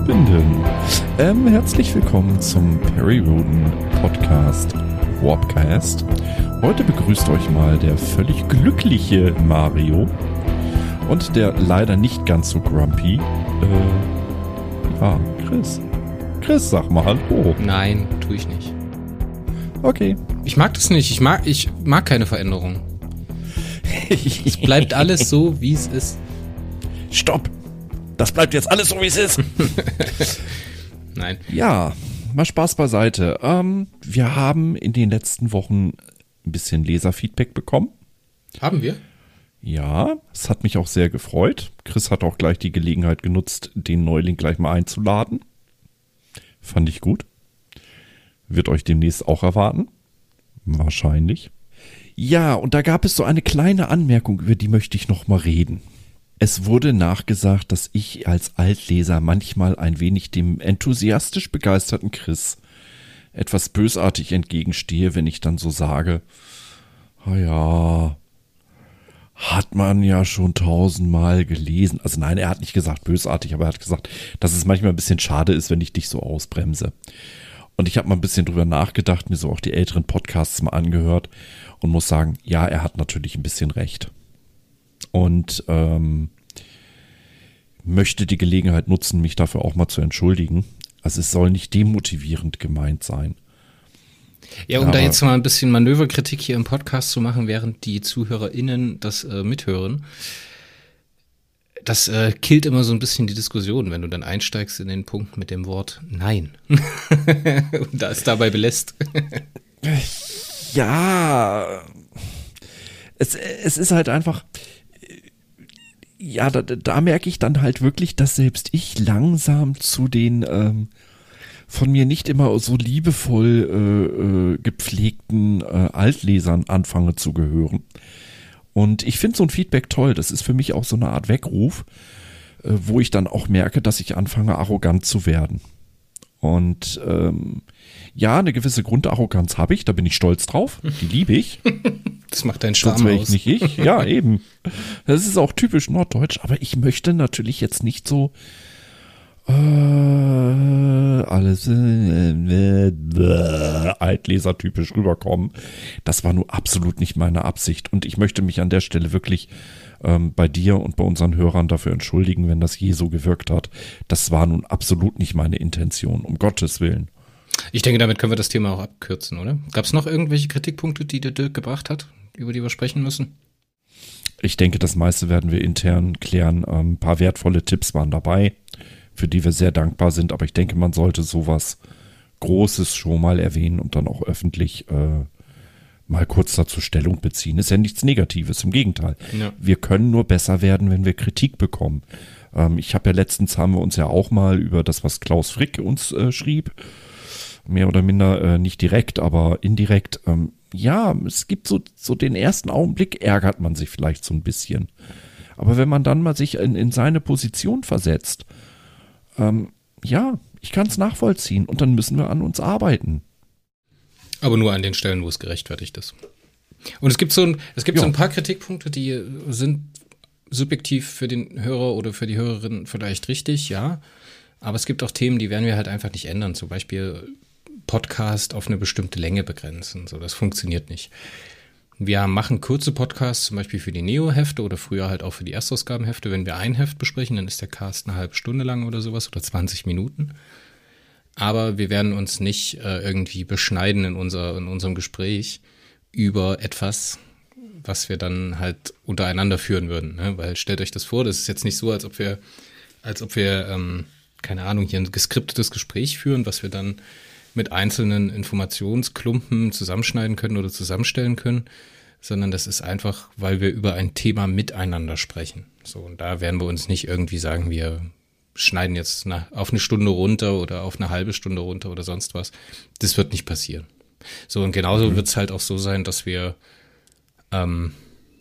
Liebenden, herzlich willkommen zum Perry Roden Podcast Warpcast. Heute begrüßt euch mal der völlig glückliche Mario und der leider nicht ganz so grumpy, Chris. Chris, sag mal hallo. Nein, tue ich nicht. Okay. Ich mag das nicht. Ich mag keine Veränderung. Es bleibt alles so, wie es ist. Stopp! Das bleibt jetzt alles so, wie es ist. Nein. Ja, mal Spaß beiseite. Wir haben in den letzten Wochen ein bisschen Leserfeedback bekommen. Haben wir? Ja, es hat mich auch sehr gefreut. Chris hat auch gleich die Gelegenheit genutzt, den Neuling gleich mal einzuladen. Fand ich gut. Wird euch demnächst auch erwarten. Wahrscheinlich. Ja, und da gab es so eine kleine Anmerkung, über die möchte ich noch mal reden. Es wurde nachgesagt, dass ich als Altleser manchmal ein wenig dem enthusiastisch begeisterten Chris etwas bösartig entgegenstehe, wenn ich dann so sage, ja, hat man ja schon 1000-mal gelesen. Also nein, er hat nicht gesagt bösartig, aber er hat gesagt, dass es manchmal ein bisschen schade ist, wenn ich dich so ausbremse. Und ich habe mal ein bisschen drüber nachgedacht, mir so auch die älteren Podcasts mal angehört und muss sagen, ja, er hat natürlich ein bisschen recht. Und möchte die Gelegenheit nutzen, mich dafür auch mal zu entschuldigen. Also es soll nicht demotivierend gemeint sein. Ja, um da jetzt mal ein bisschen Manöverkritik hier im Podcast zu machen, während die ZuhörerInnen das mithören. Das killt immer so ein bisschen die Diskussion, wenn du dann einsteigst in den Punkt mit dem Wort Nein. Und da es dabei belässt. Ja, es ist halt einfach, ja, da merke ich dann halt wirklich, dass selbst ich langsam zu den von mir nicht immer so liebevoll gepflegten Altlesern anfange zu gehören. Und ich finde so ein Feedback toll. Das ist für mich auch so eine Art Weckruf, wo ich dann auch merke, dass ich anfange, arrogant zu werden. Und ja, eine gewisse Grundarroganz habe ich, da bin ich stolz drauf. Die liebe ich. Das macht deinen Charme wäre ich aus. nicht ich. Ja, eben. Das ist auch typisch norddeutsch, aber ich möchte natürlich jetzt nicht so alles altlesertypisch rüberkommen. Das war nur absolut nicht meine Absicht. Und ich möchte mich an der Stelle wirklich bei dir und bei unseren Hörern dafür entschuldigen, wenn das je so gewirkt hat. Das war nun absolut nicht meine Intention, um Gottes Willen. Ich denke, damit können wir das Thema auch abkürzen, oder? Gab es noch irgendwelche Kritikpunkte, die der Dirk gebracht hat, über die wir sprechen müssen? Ich denke, das meiste werden wir intern klären. Ein paar wertvolle Tipps waren dabei, für die wir sehr dankbar sind. Aber ich denke, man sollte sowas Großes schon mal erwähnen und dann auch öffentlich mal kurz dazu Stellung beziehen. Ist ja nichts Negatives, im Gegenteil. Ja. Wir können nur besser werden, wenn wir Kritik bekommen. Ich habe ja letztens, haben wir uns ja auch mal über das, was Klaus Frick uns schrieb, mehr oder minder nicht direkt, aber indirekt. Ja, es gibt so den ersten Augenblick, ärgert man sich vielleicht so ein bisschen. Aber wenn man dann mal sich in seine Position versetzt, ja, ich kann es nachvollziehen und dann müssen wir an uns arbeiten. Aber nur an den Stellen, wo es gerechtfertigt ist. Und es gibt so ein paar Kritikpunkte, die sind subjektiv für den Hörer oder für die Hörerin vielleicht richtig, ja. Aber es gibt auch Themen, die werden wir halt einfach nicht ändern. Zum Beispiel Podcast auf eine bestimmte Länge begrenzen. So, das funktioniert nicht. Wir machen kurze Podcasts, zum Beispiel für die Neo-Hefte oder früher halt auch für die Erstausgabenhefte. Wenn wir ein Heft besprechen, dann ist der Cast eine halbe Stunde lang oder sowas oder 20 Minuten. Aber wir werden uns nicht irgendwie beschneiden in unserem Gespräch über etwas, was wir dann halt untereinander führen würden. Ne? Weil stellt euch das vor, das ist jetzt nicht so, als ob wir keine Ahnung, hier ein geskriptetes Gespräch führen, was wir dann mit einzelnen Informationsklumpen zusammenschneiden können oder zusammenstellen können, sondern das ist einfach, weil wir über ein Thema miteinander sprechen. So, und da werden wir uns nicht irgendwie sagen, wir schneiden jetzt auf eine Stunde runter oder auf eine halbe Stunde runter oder sonst was. Das wird nicht passieren. So, und genauso wird es halt auch so sein, dass wir immer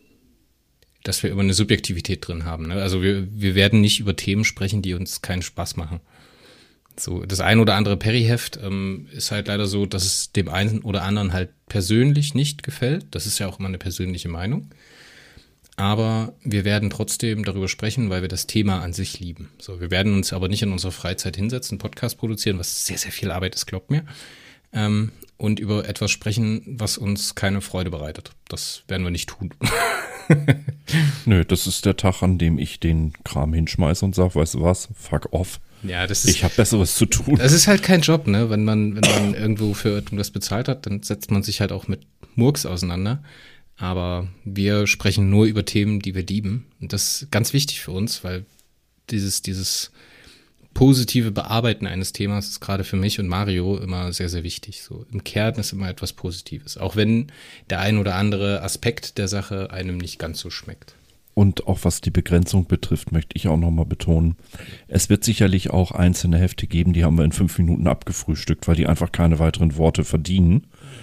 eine Subjektivität drin haben. Ne? Also wir werden nicht über Themen sprechen, die uns keinen Spaß machen. So, das ein oder andere Perry-Heft ist halt leider so, dass es dem einen oder anderen halt persönlich nicht gefällt. Das ist ja auch immer eine persönliche Meinung. aber wir werden trotzdem darüber sprechen, weil wir das Thema an sich lieben. So, wir werden uns aber nicht in unserer Freizeit hinsetzen, einen Podcast produzieren, was sehr, sehr viel Arbeit ist, glaubt mir, und über etwas sprechen, was uns keine Freude bereitet. Das werden wir nicht tun. Nö, das ist der Tag, an dem ich den Kram hinschmeiße und sage, weißt du was, fuck off. Ja, ich habe Besseres zu tun. Das ist halt kein Job, ne? Wenn man irgendwo für irgendwas bezahlt hat, dann setzt man sich halt auch mit Murks auseinander. Aber wir sprechen nur über Themen, die wir lieben. Und das ist ganz wichtig für uns, weil dieses positive Bearbeiten eines Themas ist gerade für mich und Mario immer sehr, sehr wichtig. So im Kern ist immer etwas Positives. Auch wenn der ein oder andere Aspekt der Sache einem nicht ganz so schmeckt. Und auch was die Begrenzung betrifft, möchte ich auch nochmal betonen, es wird sicherlich auch einzelne Hefte geben, die haben wir in 5 Minuten abgefrühstückt, weil die einfach keine weiteren Worte verdienen.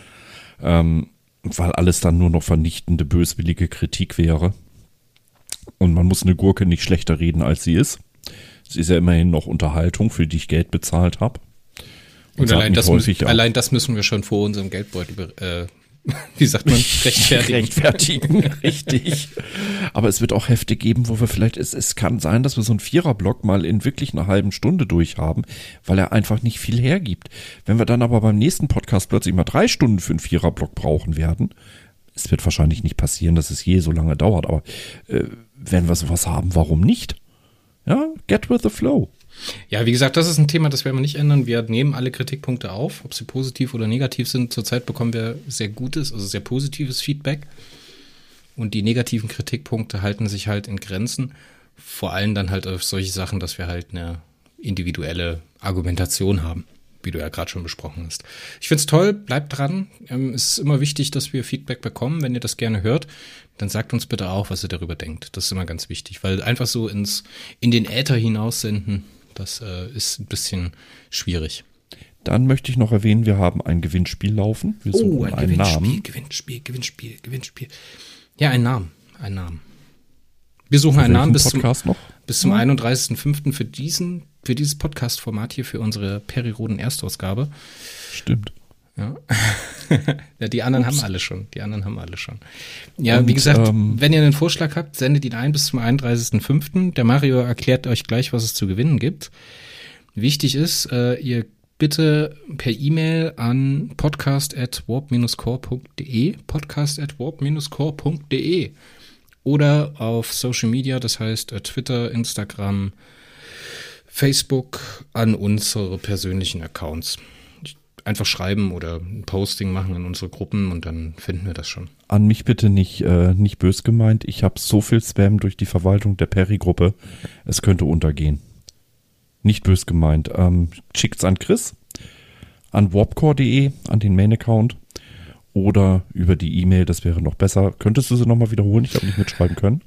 Weil alles dann nur noch vernichtende, böswillige Kritik wäre. Und man muss eine Gurke nicht schlechter reden, als sie ist. Sie ist ja immerhin noch Unterhaltung, für die ich Geld bezahlt habe. Und allein das müssen wir schon vor unserem Geldbeutel wie sagt man? Rechtfertigen, richtig. Aber es wird auch Hefte geben, wo wir vielleicht, es kann sein, dass wir so einen Viererblock mal in wirklich einer halben Stunde durchhaben, weil er einfach nicht viel hergibt. Wenn wir dann aber beim nächsten Podcast plötzlich mal 3 Stunden für einen Viererblock brauchen werden, es wird wahrscheinlich nicht passieren, dass es je so lange dauert, aber wenn wir sowas haben, warum nicht? Ja, get with the flow. Ja, wie gesagt, das ist ein Thema, das werden wir nicht ändern. Wir nehmen alle Kritikpunkte auf, ob sie positiv oder negativ sind. Zurzeit bekommen wir sehr gutes, also sehr positives Feedback. Und die negativen Kritikpunkte halten sich halt in Grenzen. Vor allem dann halt auf solche Sachen, dass wir halt eine individuelle Argumentation haben, wie du ja gerade schon besprochen hast. Ich find's toll, bleibt dran. Es ist immer wichtig, dass wir Feedback bekommen. Wenn ihr das gerne hört, dann sagt uns bitte auch, was ihr darüber denkt. Das ist immer ganz wichtig, weil einfach so in den Äther hinaussenden, das ist ein bisschen schwierig. Dann möchte ich noch erwähnen, wir haben ein Gewinnspiel laufen. Wir suchen einen Namen. Gewinnspiel. Ja, einen Namen. Wir suchen einen Namen bis zum 31.05. für dieses Podcast-Format hier, für unsere Periroden Erstausgabe. Stimmt. Ja. Ja, die anderen haben alle schon. Ja, und, wie gesagt, wenn ihr einen Vorschlag habt, sendet ihn ein bis zum 31.05. Der Mario erklärt euch gleich, was es zu gewinnen gibt. Wichtig ist, ihr bitte per E-Mail an podcast@warp-core.de oder auf Social Media, das heißt Twitter, Instagram, Facebook, an unsere persönlichen Accounts. Einfach schreiben oder ein Posting machen in unsere Gruppen und dann finden wir das schon. An mich bitte nicht bös gemeint. Ich habe so viel Spam durch die Verwaltung der Peri-Gruppe. Es könnte untergehen. Nicht bös gemeint. Schickt's an Chris, an warpcore.de, an den Main-Account oder über die E-Mail, das wäre noch besser. Könntest du sie nochmal wiederholen? Ich habe nicht mitschreiben können.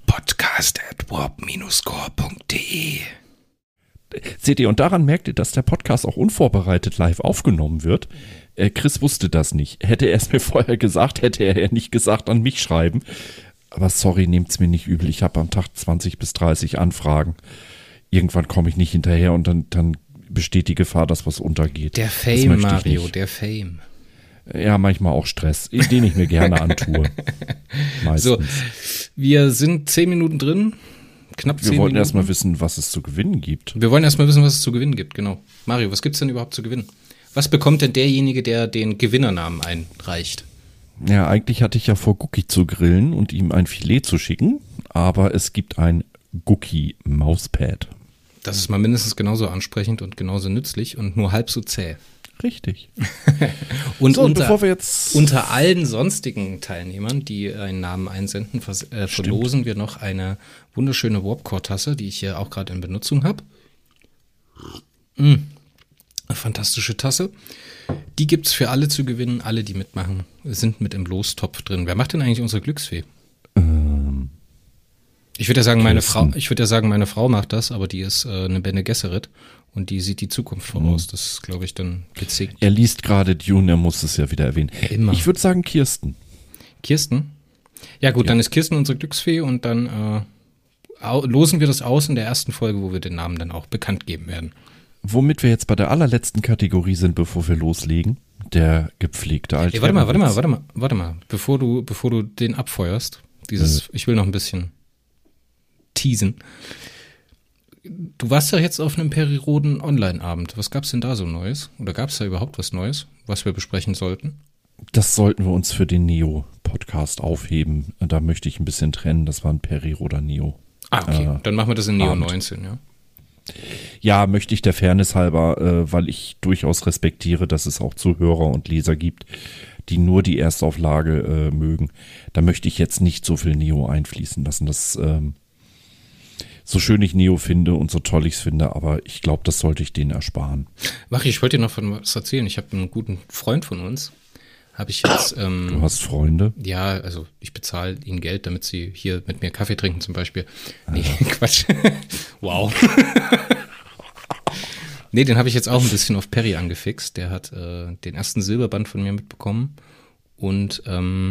podcast@warp-core.de. Seht ihr, und daran merkt ihr, dass der Podcast auch unvorbereitet live aufgenommen wird. Chris wusste das nicht. Hätte er es mir vorher gesagt, hätte er nicht gesagt, an mich schreiben. Aber sorry, nehmt's mir nicht übel. Ich habe am Tag 20 bis 30 Anfragen. Irgendwann komme ich nicht hinterher und dann besteht die Gefahr, dass was untergeht. Der Fame, Mario, der Fame. Ja, manchmal auch Stress, den ich mir gerne antue. Meistens. So, wir sind 10 Minuten drin. Knapp 10 Minuten. Wir wollten erstmal wissen, was es zu gewinnen gibt. Genau. Mario, was gibt's denn überhaupt zu gewinnen? Was bekommt denn derjenige, der den Gewinnernamen einreicht? Ja, eigentlich hatte ich ja vor, Gucki zu grillen und ihm ein Filet zu schicken, aber es gibt ein Gucki-Mauspad. Das ist mal mindestens genauso ansprechend und genauso nützlich und nur halb so zäh. Richtig. Und so, bevor wir jetzt unter allen sonstigen Teilnehmern, die einen Namen einsenden, verlosen wir noch eine wunderschöne Warpcore-Tasse, die ich hier auch gerade in Benutzung habe. Eine fantastische Tasse. Die gibt's für alle zu gewinnen. Alle, die mitmachen, sind mit im Lostopf drin. Wer macht denn eigentlich unsere Glücksfee? Ich würde ja sagen, meine Frau macht das, aber die ist eine Bene Gesserit und die sieht die Zukunft voraus. Das ist, glaube ich, dann gezickt. Er liest gerade Dune, er muss es ja wieder erwähnen. Immer. Ich würde sagen Kirsten. Kirsten? Ja gut, dann ist Kirsten unsere Glücksfee und dann losen wir das aus in der ersten Folge, wo wir den Namen dann auch bekannt geben werden. Womit wir jetzt bei der allerletzten Kategorie sind, bevor wir loslegen. Der gepflegte alte. Warte mal. Bevor du den abfeuerst, ich will noch ein bisschen teasen. Du warst ja jetzt auf einem Peri-Roden Online-Abend. Was gab's denn da so Neues? Oder gab's da überhaupt was Neues, was wir besprechen sollten? Das sollten wir uns für den Neo-Podcast aufheben. Da möchte ich ein bisschen trennen. Das war ein Peri-Roder Neo. Ah, okay. Dann machen wir das in Neo Abend. 19, ja. Ja, möchte ich der Fairness halber, weil ich durchaus respektiere, dass es auch Zuhörer und Leser gibt, die nur die Erstauflage mögen. Da möchte ich jetzt nicht so viel Neo einfließen lassen. Das so schön ich Neo finde und so toll ich es finde, aber ich glaube, das sollte ich denen ersparen. Machi, ich wollte dir noch von was erzählen. Ich habe einen guten Freund von uns, habe ich jetzt... Du hast Freunde? Ja, also ich bezahle ihnen Geld, damit sie hier mit mir Kaffee trinken zum Beispiel. Nee, Quatsch. Wow. Nee, den habe ich jetzt auch ein bisschen auf Perry angefixt. Der hat den ersten Silberband von mir mitbekommen und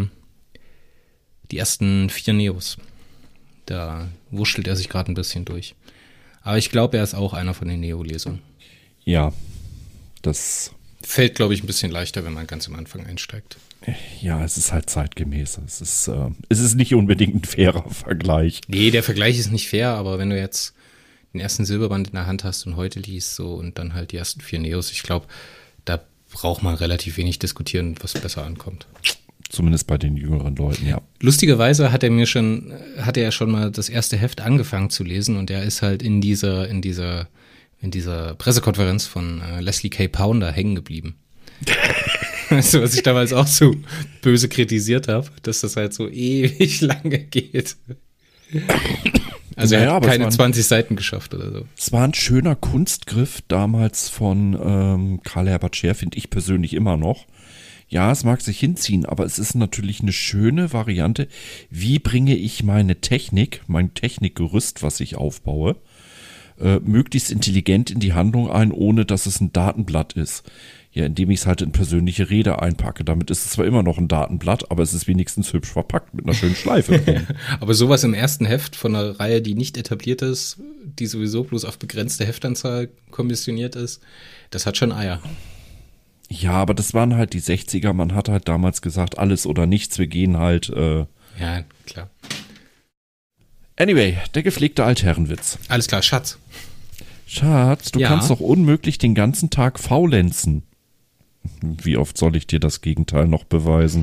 die ersten 4 Neos. Da wurschtelt er sich gerade ein bisschen durch. Aber ich glaube, er ist auch einer von den Neo-Lesern. Ja, das... Fällt, glaube ich, ein bisschen leichter, wenn man ganz am Anfang einsteigt. Ja, es ist halt zeitgemäß. Es ist nicht unbedingt ein fairer Vergleich. Nee, der Vergleich ist nicht fair, aber wenn du jetzt den ersten Silberband in der Hand hast und heute liest so und dann halt die ersten 4 Neos, ich glaube, da braucht man relativ wenig diskutieren, was besser ankommt. Zumindest bei den jüngeren Leuten, ja. Lustigerweise hat er ja schon mal das erste Heft angefangen zu lesen und er ist halt in dieser Pressekonferenz von Leslie K. Pounder hängen geblieben. Weißt du, was ich damals auch so böse kritisiert habe, dass das halt so ewig lange geht. Also er hat keine 20 Seiten geschafft oder so. Es war ein schöner Kunstgriff damals von Karl Herbert Scher, finde ich persönlich immer noch. Ja, es mag sich hinziehen, aber es ist natürlich eine schöne Variante. Wie bringe ich meine Technik, mein Technikgerüst, was ich aufbaue, möglichst intelligent in die Handlung ein, ohne dass es ein Datenblatt ist. Ja, indem ich es halt in persönliche Rede einpacke. Damit ist es zwar immer noch ein Datenblatt, aber es ist wenigstens hübsch verpackt mit einer schönen Schleife drin. Aber sowas im ersten Heft von einer Reihe, die nicht etabliert ist, die sowieso bloß auf begrenzte Heftanzahl kommissioniert ist, das hat schon Eier. Ja, aber das waren halt die 60er. Man hat halt damals gesagt, alles oder nichts. Wir gehen halt. Ja, klar. Anyway, der gepflegte Altherrenwitz. Alles klar, Schatz. Schatz, du kannst doch unmöglich den ganzen Tag faulenzen. Wie oft soll ich dir das Gegenteil noch beweisen?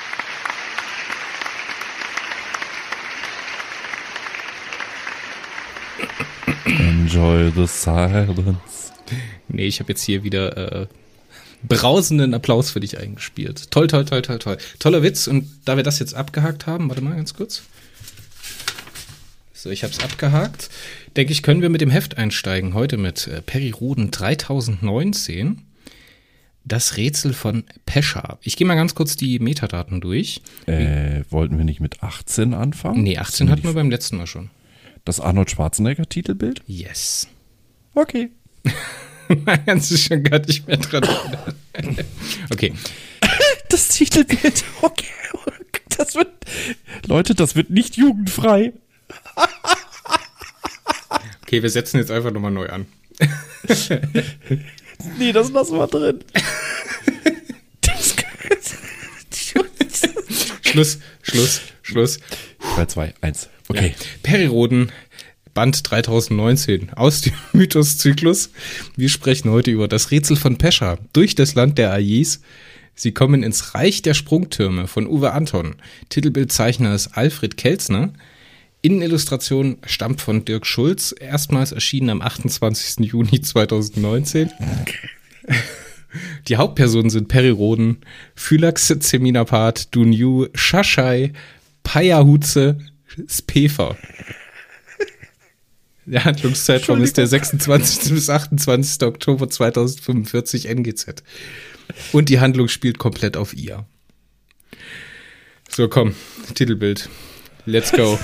Enjoy the silence. Nee, ich habe jetzt hier wieder brausenden Applaus für dich eingespielt. Toll, toll, toll, toll, toll. Toller Witz. Und da wir das jetzt abgehakt haben, warte mal ganz kurz. So, ich habe es abgehakt. Denke ich, können wir mit dem Heft einsteigen. Heute mit Peri-Roden 3019. Das Rätsel von Pescha. Ich gehe mal ganz kurz die Metadaten durch. Wollten wir nicht mit 18 anfangen? Nee, 18 hatten wir beim letzten Mal schon. Das Arnold Schwarzenegger-Titelbild? Yes. Okay. Man kann sich schon gar nicht mehr dran erinnern. Okay. Das Titelbild. Okay. Leute, das wird nicht jugendfrei. Okay, wir setzen jetzt einfach nochmal neu an. Nee, das lassen wir drin. Schluss. 3, 2, 1. Okay. Ja. Peri-Roden, Band 3019 aus dem Mythos-Zyklus. Wir sprechen heute über das Rätsel von Pescha durch das Land der Ayis. Sie kommen ins Reich der Sprungtürme von Uwe Anton. Titelbildzeichner ist Alfred Kelzner. Innenillustration stammt von Dirk Schulz. Erstmals erschienen am 28. Juni 2019. Die Hauptpersonen sind Peri-Roden, Phylax Zeminapat, Dunyu, Shashai, Payahuze, Spefa. Der Handlungszeitraum ist der 26. bis 28. Oktober 2045 NGZ. Und die Handlung spielt komplett auf ihr. So, komm, Titelbild. Let's go.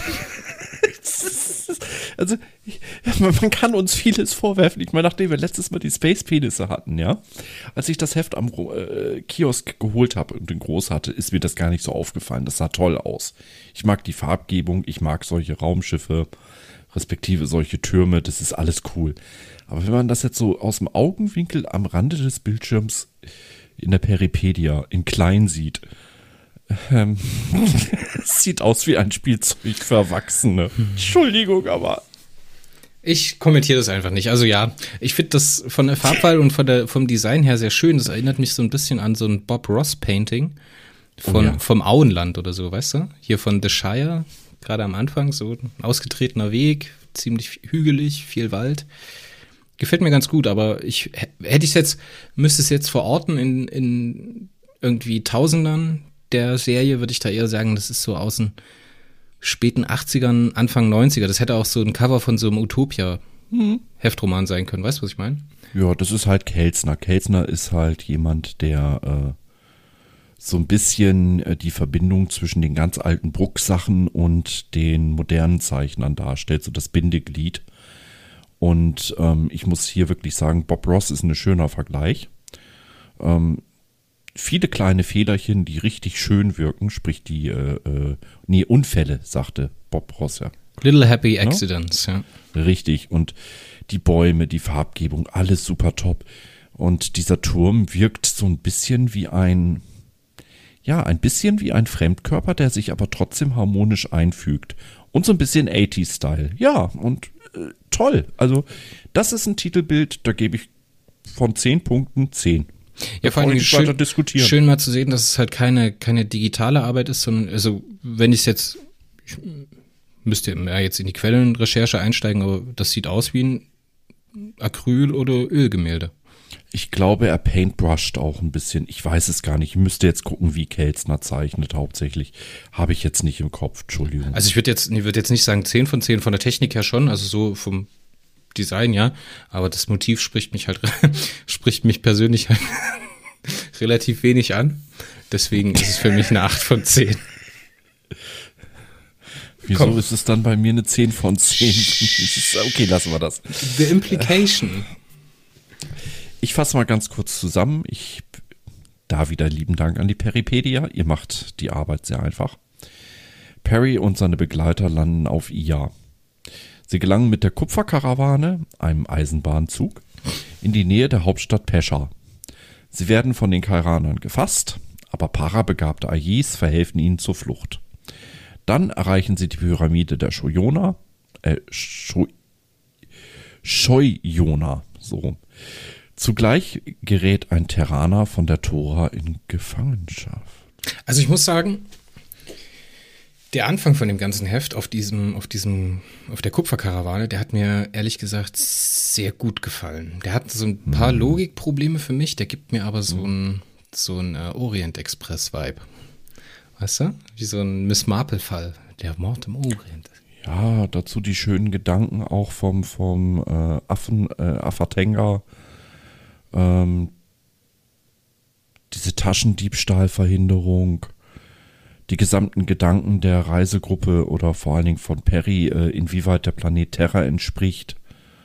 Also, man kann uns vieles vorwerfen. Ich meine, nachdem wir letztes Mal die Space-Penisse hatten, ja, als ich das Heft am Kiosk geholt habe und den groß hatte, ist mir das gar nicht so aufgefallen. Das sah toll aus. Ich mag die Farbgebung, ich mag solche Raumschiffe, respektive solche Türme, das ist alles cool. Aber wenn man das jetzt so aus dem Augenwinkel am Rande des Bildschirms in der Peripedia in klein sieht, Es sieht aus wie ein Spielzeug für Erwachsene. Entschuldigung, aber... Ich kommentiere das einfach nicht. Also ja, ich finde das von der Farbwahl und vom Design her sehr schön. Das erinnert mich so ein bisschen an so ein Bob Ross Painting vom Auenland oder so, weißt du? Hier von The Shire, gerade am Anfang, so ein ausgetretener Weg, ziemlich hügelig, viel Wald. Gefällt mir ganz gut, aber müsste es jetzt verorten in irgendwie Tausendern der Serie, würde ich da eher sagen, das ist so aus den späten 80ern, Anfang 90er. Das hätte auch so ein Cover von so einem Utopia-Heftroman sein können. Weißt du, was ich meine? Ja, das ist halt Kelzner. Kelzner ist halt jemand, der so ein bisschen die Verbindung zwischen den ganz alten Brucksachen und den modernen Zeichnern darstellt, so das Bindeglied. Und ich muss hier wirklich sagen, Bob Ross ist ein schöner Vergleich. Viele kleine Fehlerchen, die richtig schön wirken, sprich Unfälle, sagte Bob Ross ja. Little Happy Accidents, ja. Richtig, und die Bäume, die Farbgebung, alles super top. Und dieser Turm wirkt so ein bisschen wie ein Fremdkörper, der sich aber trotzdem harmonisch einfügt. Und so ein bisschen 80s-Style. Ja, und toll. Also, das ist ein Titelbild, da gebe ich von 10 Punkten 10. Ja, vor allem schön mal zu sehen, dass es halt keine digitale Arbeit ist, sondern, also, wenn ich müsste ja jetzt in die Quellenrecherche einsteigen, aber das sieht aus wie ein Acryl- oder Ölgemälde. Ich glaube, er paintbrushed auch ein bisschen. Ich weiß es gar nicht. Ich müsste jetzt gucken, wie Kelzner zeichnet hauptsächlich. Habe ich jetzt nicht im Kopf, Entschuldigung. Also ich würde jetzt nicht sagen 10 von 10, von der Technik her schon, also so vom Design, ja. Aber das Motiv spricht mich persönlich halt relativ wenig an. Deswegen ist es für mich eine 8 von 10. Wieso ist es dann bei mir eine 10 von 10? Okay, lassen wir das. The implication. Ich fasse mal ganz kurz zusammen. Da wieder lieben Dank an die Peripedia. Ihr macht die Arbeit sehr einfach. Perry und seine Begleiter landen auf Ija. Sie gelangen mit der Kupferkarawane, einem Eisenbahnzug, in die Nähe der Hauptstadt Pescha. Sie werden von den Kairanern gefasst, aber parabegabte Ayis verhelfen ihnen zur Flucht. Dann erreichen sie die Pyramide der Shoyona, so rum. Zugleich gerät ein Terraner von der Tora in Gefangenschaft. Also ich muss sagen, der Anfang von dem ganzen Heft auf der Kupferkarawane, der hat mir ehrlich gesagt sehr gut gefallen. Der hat so ein paar Logikprobleme für mich, der gibt mir aber so ein Orient-Express-Vibe. Weißt du? Wie so ein Miss Marple-Fall, der Mord im Orient. Ja, dazu die schönen Gedanken auch vom Afatenga. Diese Taschendiebstahlverhinderung, die gesamten Gedanken der Reisegruppe oder vor allen Dingen von Perry, inwieweit der Planet Terra entspricht.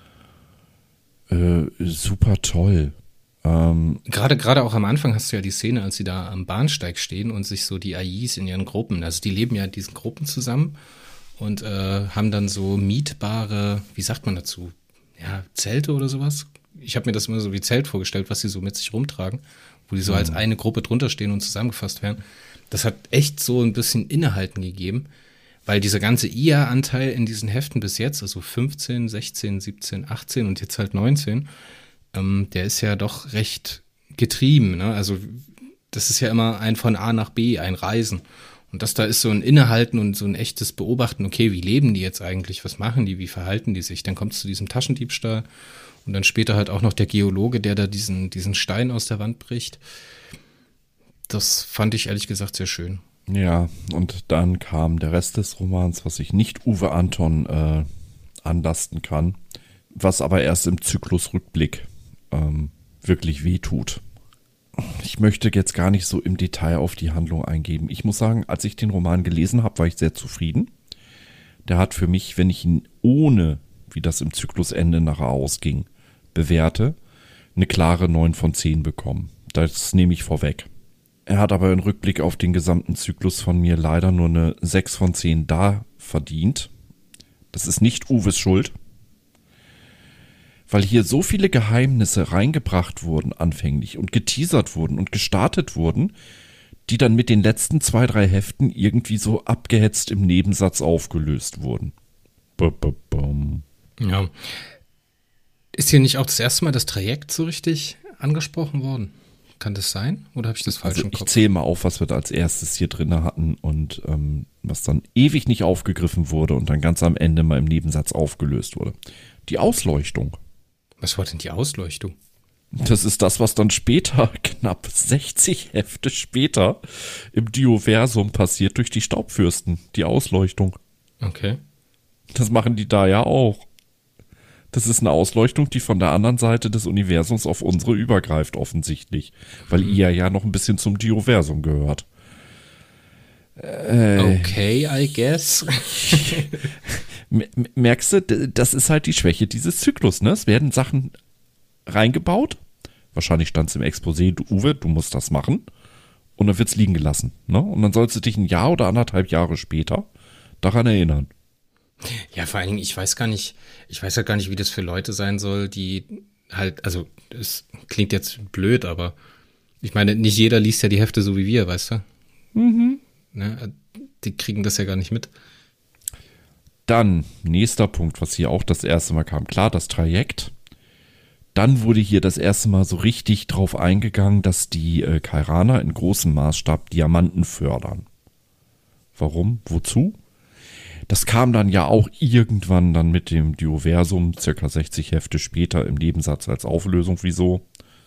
Super toll. Gerade auch am Anfang hast du ja die Szene, als sie da am Bahnsteig stehen und sich so die Ayis in ihren Gruppen, also die leben ja in diesen Gruppen zusammen und haben dann so mietbare, wie sagt man dazu, ja, Zelte oder sowas. Ich habe mir das immer so wie Zelt vorgestellt, was sie so mit sich rumtragen, wo die so als eine Gruppe drunter stehen und zusammengefasst werden. Das hat echt so ein bisschen Innehalten gegeben, weil dieser ganze IA-Anteil in diesen Heften bis jetzt, also 15, 16, 17, 18 und jetzt halt 19, der ist ja doch recht getrieben, ne? Also das ist ja immer ein von A nach B, ein Reisen. Und da ist so ein Innehalten und so ein echtes Beobachten, okay, wie leben die jetzt eigentlich, was machen die, wie verhalten die sich? Dann kommt es zu diesem Taschendiebstahl und dann später halt auch noch der Geologe, der da diesen Stein aus der Wand bricht. Das fand ich ehrlich gesagt sehr schön. Ja, und dann kam der Rest des Romans, was ich nicht Uwe Anton anlasten kann, was aber erst im Zyklus Rückblick wirklich wehtut. Ich möchte jetzt gar nicht so im Detail auf die Handlung eingehen. Ich muss sagen, als ich den Roman gelesen habe, war ich sehr zufrieden. Der hat für mich, wenn ich ihn ohne, wie das im Zyklusende nachher ausging, bewerte, eine klare 9 von 10 bekommen. Das nehme ich vorweg. Er hat aber im Rückblick auf den gesamten Zyklus von mir leider nur eine 6 von 10 da verdient. Das ist nicht Uwes Schuld, weil hier so viele Geheimnisse reingebracht wurden anfänglich und geteasert wurden und gestartet wurden, die dann mit den letzten 2, 3 Heften irgendwie so abgehetzt im Nebensatz aufgelöst wurden. Ja. Ist hier nicht auch das erste Mal das Trajekt so richtig angesprochen worden? Kann das sein? Oder habe ich das falsch im Kopf? Ich zähle mal auf, was wir da als erstes hier drin hatten und was dann ewig nicht aufgegriffen wurde und dann ganz am Ende mal im Nebensatz aufgelöst wurde. Die Ausleuchtung. Was war denn die Ausleuchtung? Das ist das, was dann später, knapp 60 Hefte später, im Dioversum passiert durch die Staubfürsten. Die Ausleuchtung. Okay. Das machen die da ja auch. Das ist eine Ausleuchtung, die von der anderen Seite des Universums auf unsere übergreift, offensichtlich. Weil ihr ja noch ein bisschen zum Dioversum gehört. Okay, I guess. Merkst du, das ist halt die Schwäche dieses Zyklus, ne? Es werden Sachen reingebaut. Wahrscheinlich stand es im Exposé, Uwe, du musst das machen. Und dann wird es liegen gelassen, ne? Und dann sollst du dich ein Jahr oder 1,5 Jahre später daran erinnern. Ja, vor allen Dingen, ich weiß halt gar nicht, wie das für Leute sein soll, die halt, also es klingt jetzt blöd, aber ich meine, nicht jeder liest ja die Hefte so wie wir, weißt du? Mhm. Ne? Die kriegen das ja gar nicht mit. Dann, nächster Punkt, was hier auch das erste Mal kam, klar, das Trajekt. Dann wurde hier das erste Mal so richtig drauf eingegangen, dass die Kairaner in großem Maßstab Diamanten fördern. Warum? Wozu? Das kam dann ja auch irgendwann dann mit dem Dioversum, circa 60 Hefte später im Nebensatz als Auflösung. Wieso?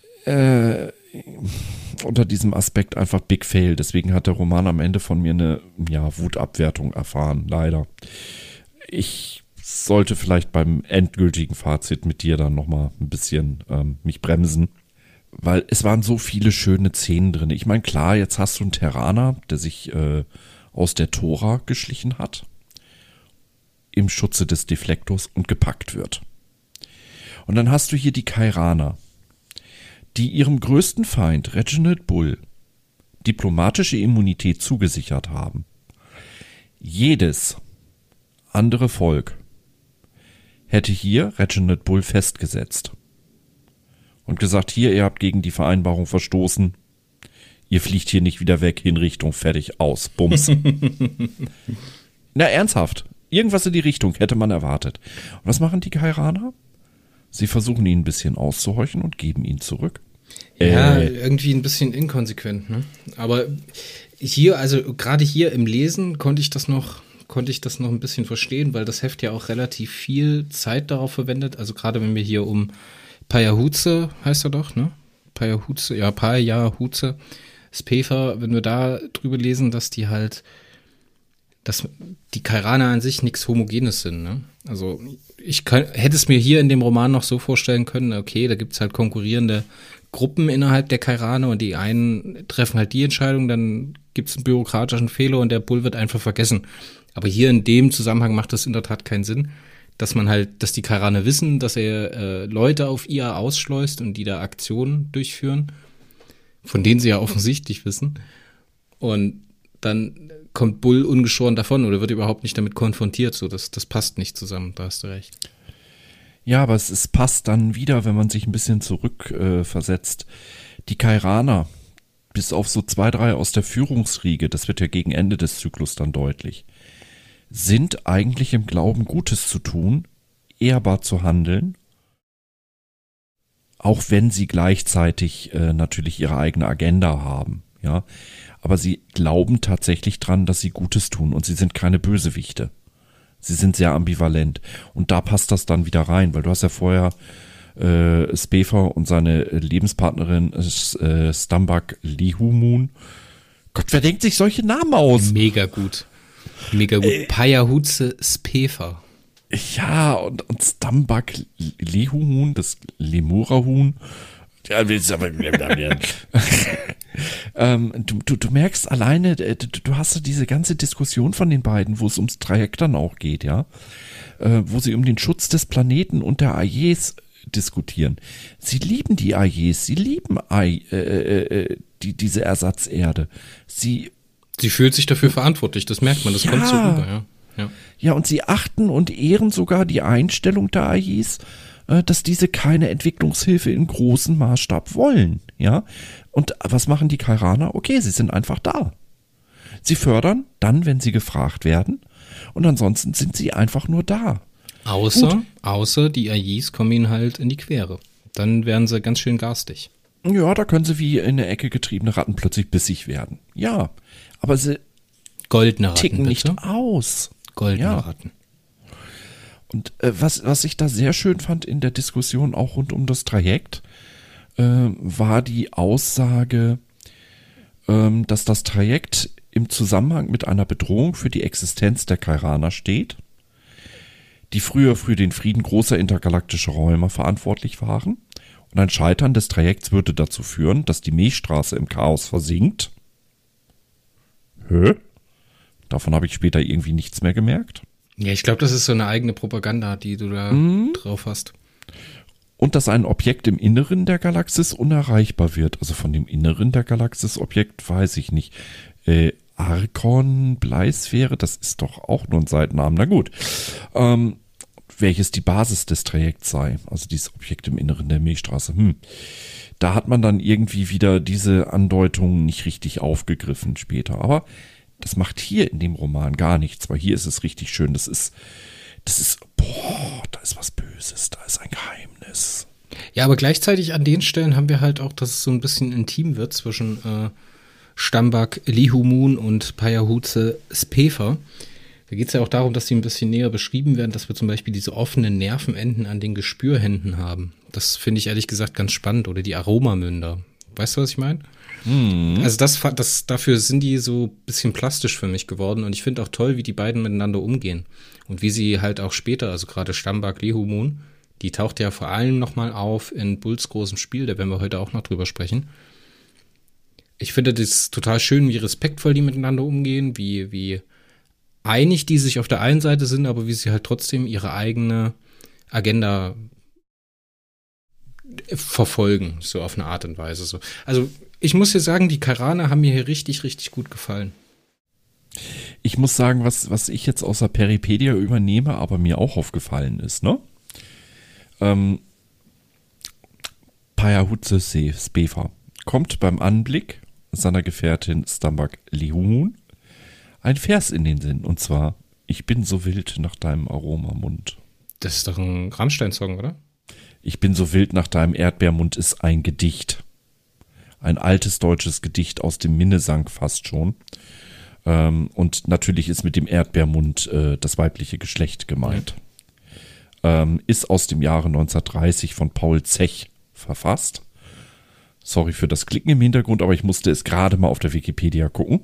Unter diesem Aspekt einfach Big Fail. Deswegen hat der Roman am Ende von mir eine Wutabwertung erfahren, leider. Ich sollte vielleicht beim endgültigen Fazit mit dir dann nochmal ein bisschen mich bremsen. Weil es waren so viele schöne Szenen drin. Ich meine, klar, jetzt hast du einen Terraner, der sich aus der Tora geschlichen hat. Im Schutze des Deflektors und gepackt wird. Und dann hast du hier die Kairaner, die ihrem größten Feind, Reginald Bull, diplomatische Immunität zugesichert haben. Jedes andere Volk hätte hier Reginald Bull festgesetzt und gesagt, hier, ihr habt gegen die Vereinbarung verstoßen, ihr fliegt hier nicht wieder weg, Hinrichtung, fertig, aus, Bums. Na, ernsthaft. Irgendwas in die Richtung hätte man erwartet. Und was machen die Kairaner? Sie versuchen ihn ein bisschen auszuhorchen und geben ihn zurück. Ja, irgendwie ein bisschen inkonsequent, ne? Aber hier, also gerade hier im Lesen konnte ich das noch ein bisschen verstehen, weil das Heft ja auch relativ viel Zeit darauf verwendet. Also gerade wenn wir hier um Payahuze, heißt er doch, ne? Payahuze, Spefa, wenn wir da drüber lesen, dass die Kairaner an sich nichts Homogenes sind, ne? Also hätte es mir hier in dem Roman noch so vorstellen können, okay, da gibt es halt konkurrierende Gruppen innerhalb der Kairaner und die einen treffen halt die Entscheidung, dann gibt es einen bürokratischen Fehler und der Bull wird einfach vergessen. Aber hier in dem Zusammenhang macht das in der Tat keinen Sinn, dass die Kairaner wissen, dass er Leute auf IA ausschleust und die da Aktionen durchführen, von denen sie ja offensichtlich wissen. Und dann kommt Bull ungeschoren davon oder wird überhaupt nicht damit konfrontiert. So, das passt nicht zusammen, da hast du recht. Ja, aber es passt dann wieder, wenn man sich ein bisschen zurückversetzt. Die Kairaner, bis auf so 2, 3 aus der Führungsriege, das wird ja gegen Ende des Zyklus dann deutlich, sind eigentlich im Glauben, Gutes zu tun, ehrbar zu handeln, auch wenn sie gleichzeitig natürlich ihre eigene Agenda haben, ja. Aber sie glauben tatsächlich dran, dass sie Gutes tun und sie sind keine Bösewichte. Sie sind sehr ambivalent. Und da passt das dann wieder rein, weil du hast ja vorher Spefa und seine Lebenspartnerin Stambak Lihumun. Gott, wer denkt sich solche Namen aus? Mega gut. Mega gut. Payahuze Spefa. Ja, und Stambak Lihumun, das Lemura-Huhn. Ja, du merkst alleine, du hast ja diese ganze Diskussion von den beiden, wo es ums Trajekt dann auch geht, ja, wo sie um den Schutz des Planeten und der Ayes diskutieren. Sie lieben die Ayes, sie lieben diese Ersatzerde. Sie fühlt sich dafür verantwortlich, das merkt man, das kommt so rüber, ja. Ja, und sie achten und ehren sogar die Einstellung der Ayes, dass diese keine Entwicklungshilfe in großem Maßstab wollen, ja. Und was machen die Kairaner? Okay, sie sind einfach da. Sie fördern dann, wenn sie gefragt werden, und ansonsten sind sie einfach nur da. Außer die AIs kommen ihnen halt in die Quere. Dann werden sie ganz schön garstig. Ja, da können sie wie in eine Ecke getriebene Ratten plötzlich bissig werden. Ja, aber sie Goldene Ratten, ticken nicht bitte? aus. Goldene Ratten. Und was ich da sehr schön fand in der Diskussion auch rund um das Trajekt, war die Aussage, dass das Trajekt im Zusammenhang mit einer Bedrohung für die Existenz der Kairaner steht, die früher für den Frieden großer intergalaktischer Räume verantwortlich waren. Und ein Scheitern des Trajekts würde dazu führen, dass die Milchstraße im Chaos versinkt. Davon habe ich später irgendwie nichts mehr gemerkt. Ja, ich glaube, das ist so eine eigene Propaganda, die du da drauf hast. Und dass ein Objekt im Inneren der Galaxis unerreichbar wird. Also von dem Inneren der Galaxis Objekt weiß ich nicht. Arkon, Bleisphäre, das ist doch auch nur ein Seitennamen. Na gut. Welches die Basis des Trajekts sei. Also dieses Objekt im Inneren der Milchstraße. Da hat man dann irgendwie wieder diese Andeutungen nicht richtig aufgegriffen später. Aber das macht hier in dem Roman gar nichts, weil hier ist es richtig schön. Das ist, da ist was Böses, da ist ein Geheimnis. Ja, aber gleichzeitig an den Stellen haben wir halt auch, dass es so ein bisschen intim wird zwischen Stambak Lihumun und Payahutse Spefer. Da geht es ja auch darum, dass sie ein bisschen näher beschrieben werden, dass wir zum Beispiel diese offenen Nervenenden an den Gespürhänden haben. Das finde ich ehrlich gesagt ganz spannend. Oder die Aromamünder. Weißt du, was ich meine? Also dafür sind die so ein bisschen plastisch für mich geworden. Und ich finde auch toll, wie die beiden miteinander umgehen. Und wie sie halt auch später, also gerade Stambak Lihumun, die taucht ja vor allem nochmal auf in Bulls großem Spiel. Da werden wir heute auch noch drüber sprechen. Ich finde das total schön, wie respektvoll die miteinander umgehen, wie einig die sich auf der einen Seite sind, aber wie sie halt trotzdem ihre eigene Agenda verfolgen, so auf eine Art und Weise. So. Also ich muss dir sagen, die Kairaner haben mir hier richtig, richtig gut gefallen. Ich muss sagen, was ich jetzt aus der Peripedia übernehme, aber mir auch aufgefallen ist, ne? Payahutse Spefer kommt beim Anblick seiner Gefährtin Stambak Lihumun ein Vers in den Sinn, und zwar: Ich bin so wild nach deinem Aromamund. Das ist doch ein Rammstein-Song, oder? Ich bin so wild nach deinem Erdbeermund ist ein Gedicht. Ein altes deutsches Gedicht aus dem Minnesang fast schon. Und natürlich ist mit dem Erdbeermund das weibliche Geschlecht gemeint. Ist aus dem Jahre 1930 von Paul Zech verfasst. Sorry für das Klicken im Hintergrund, aber ich musste es gerade mal auf der Wikipedia gucken.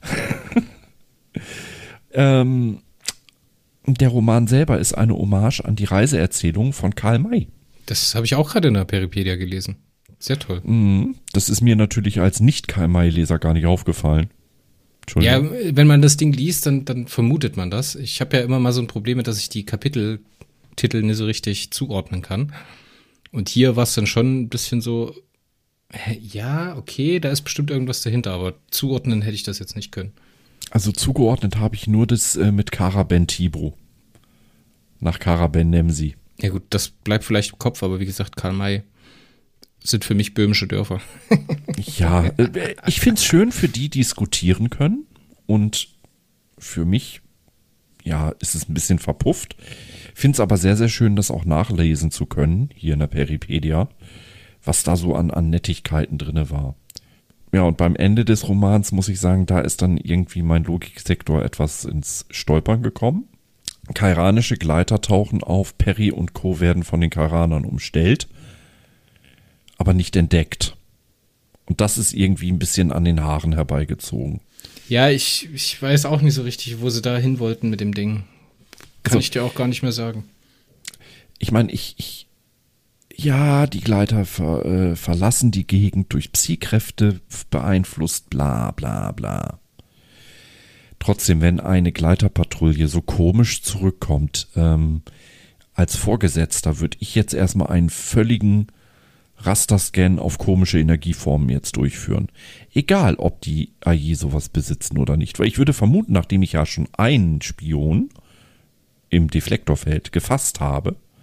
Der Roman selber ist eine Hommage an die Reiseerzählung von Karl May. Das habe ich auch gerade in der Peripedia gelesen. Sehr toll. Das ist mir natürlich als Nicht-Karl May-Leser gar nicht aufgefallen. Ja, wenn man das Ding liest, dann vermutet man das. Ich habe ja immer mal so ein Problem mit, dass ich die Kapiteltitel nicht so richtig zuordnen kann. Und hier war es dann schon ein bisschen so, ja, okay, da ist bestimmt irgendwas dahinter, aber zuordnen hätte ich das jetzt nicht können. Also zugeordnet habe ich nur das mit Kara Ben Tibro. Nach Kara Ben Nemsi. Ja gut, das bleibt vielleicht im Kopf, aber wie gesagt, Karl May sind für mich böhmische Dörfer. Ja, ich finde es schön für die diskutieren können, und für mich, ja, ist es ein bisschen verpufft. Finde es aber sehr, sehr schön, das auch nachlesen zu können, hier in der Peripedia, was da so an Nettigkeiten drin war. Ja, und beim Ende des Romans muss ich sagen, da ist dann irgendwie mein Logiksektor etwas ins Stolpern gekommen. Kairanische Gleiter tauchen auf, Peri und Co. werden von den Kairanern umstellt, aber nicht entdeckt. Und das ist irgendwie ein bisschen an den Haaren herbeigezogen. Ja, ich weiß auch nicht so richtig, wo sie da hin wollten mit dem Ding. Kann ich dir auch gar nicht mehr sagen. Ich meine, ja, die Gleiter verlassen die Gegend durch Psi-Kräfte beeinflusst, bla bla bla. Trotzdem, wenn eine Gleiterpatrouille so komisch zurückkommt, als Vorgesetzter würde ich jetzt erstmal einen völligen Rasterscan auf komische Energieformen jetzt durchführen. Egal, ob die AI sowas besitzen oder nicht. Weil ich würde vermuten, nachdem ich ja schon einen Spion im Deflektorfeld gefasst habe,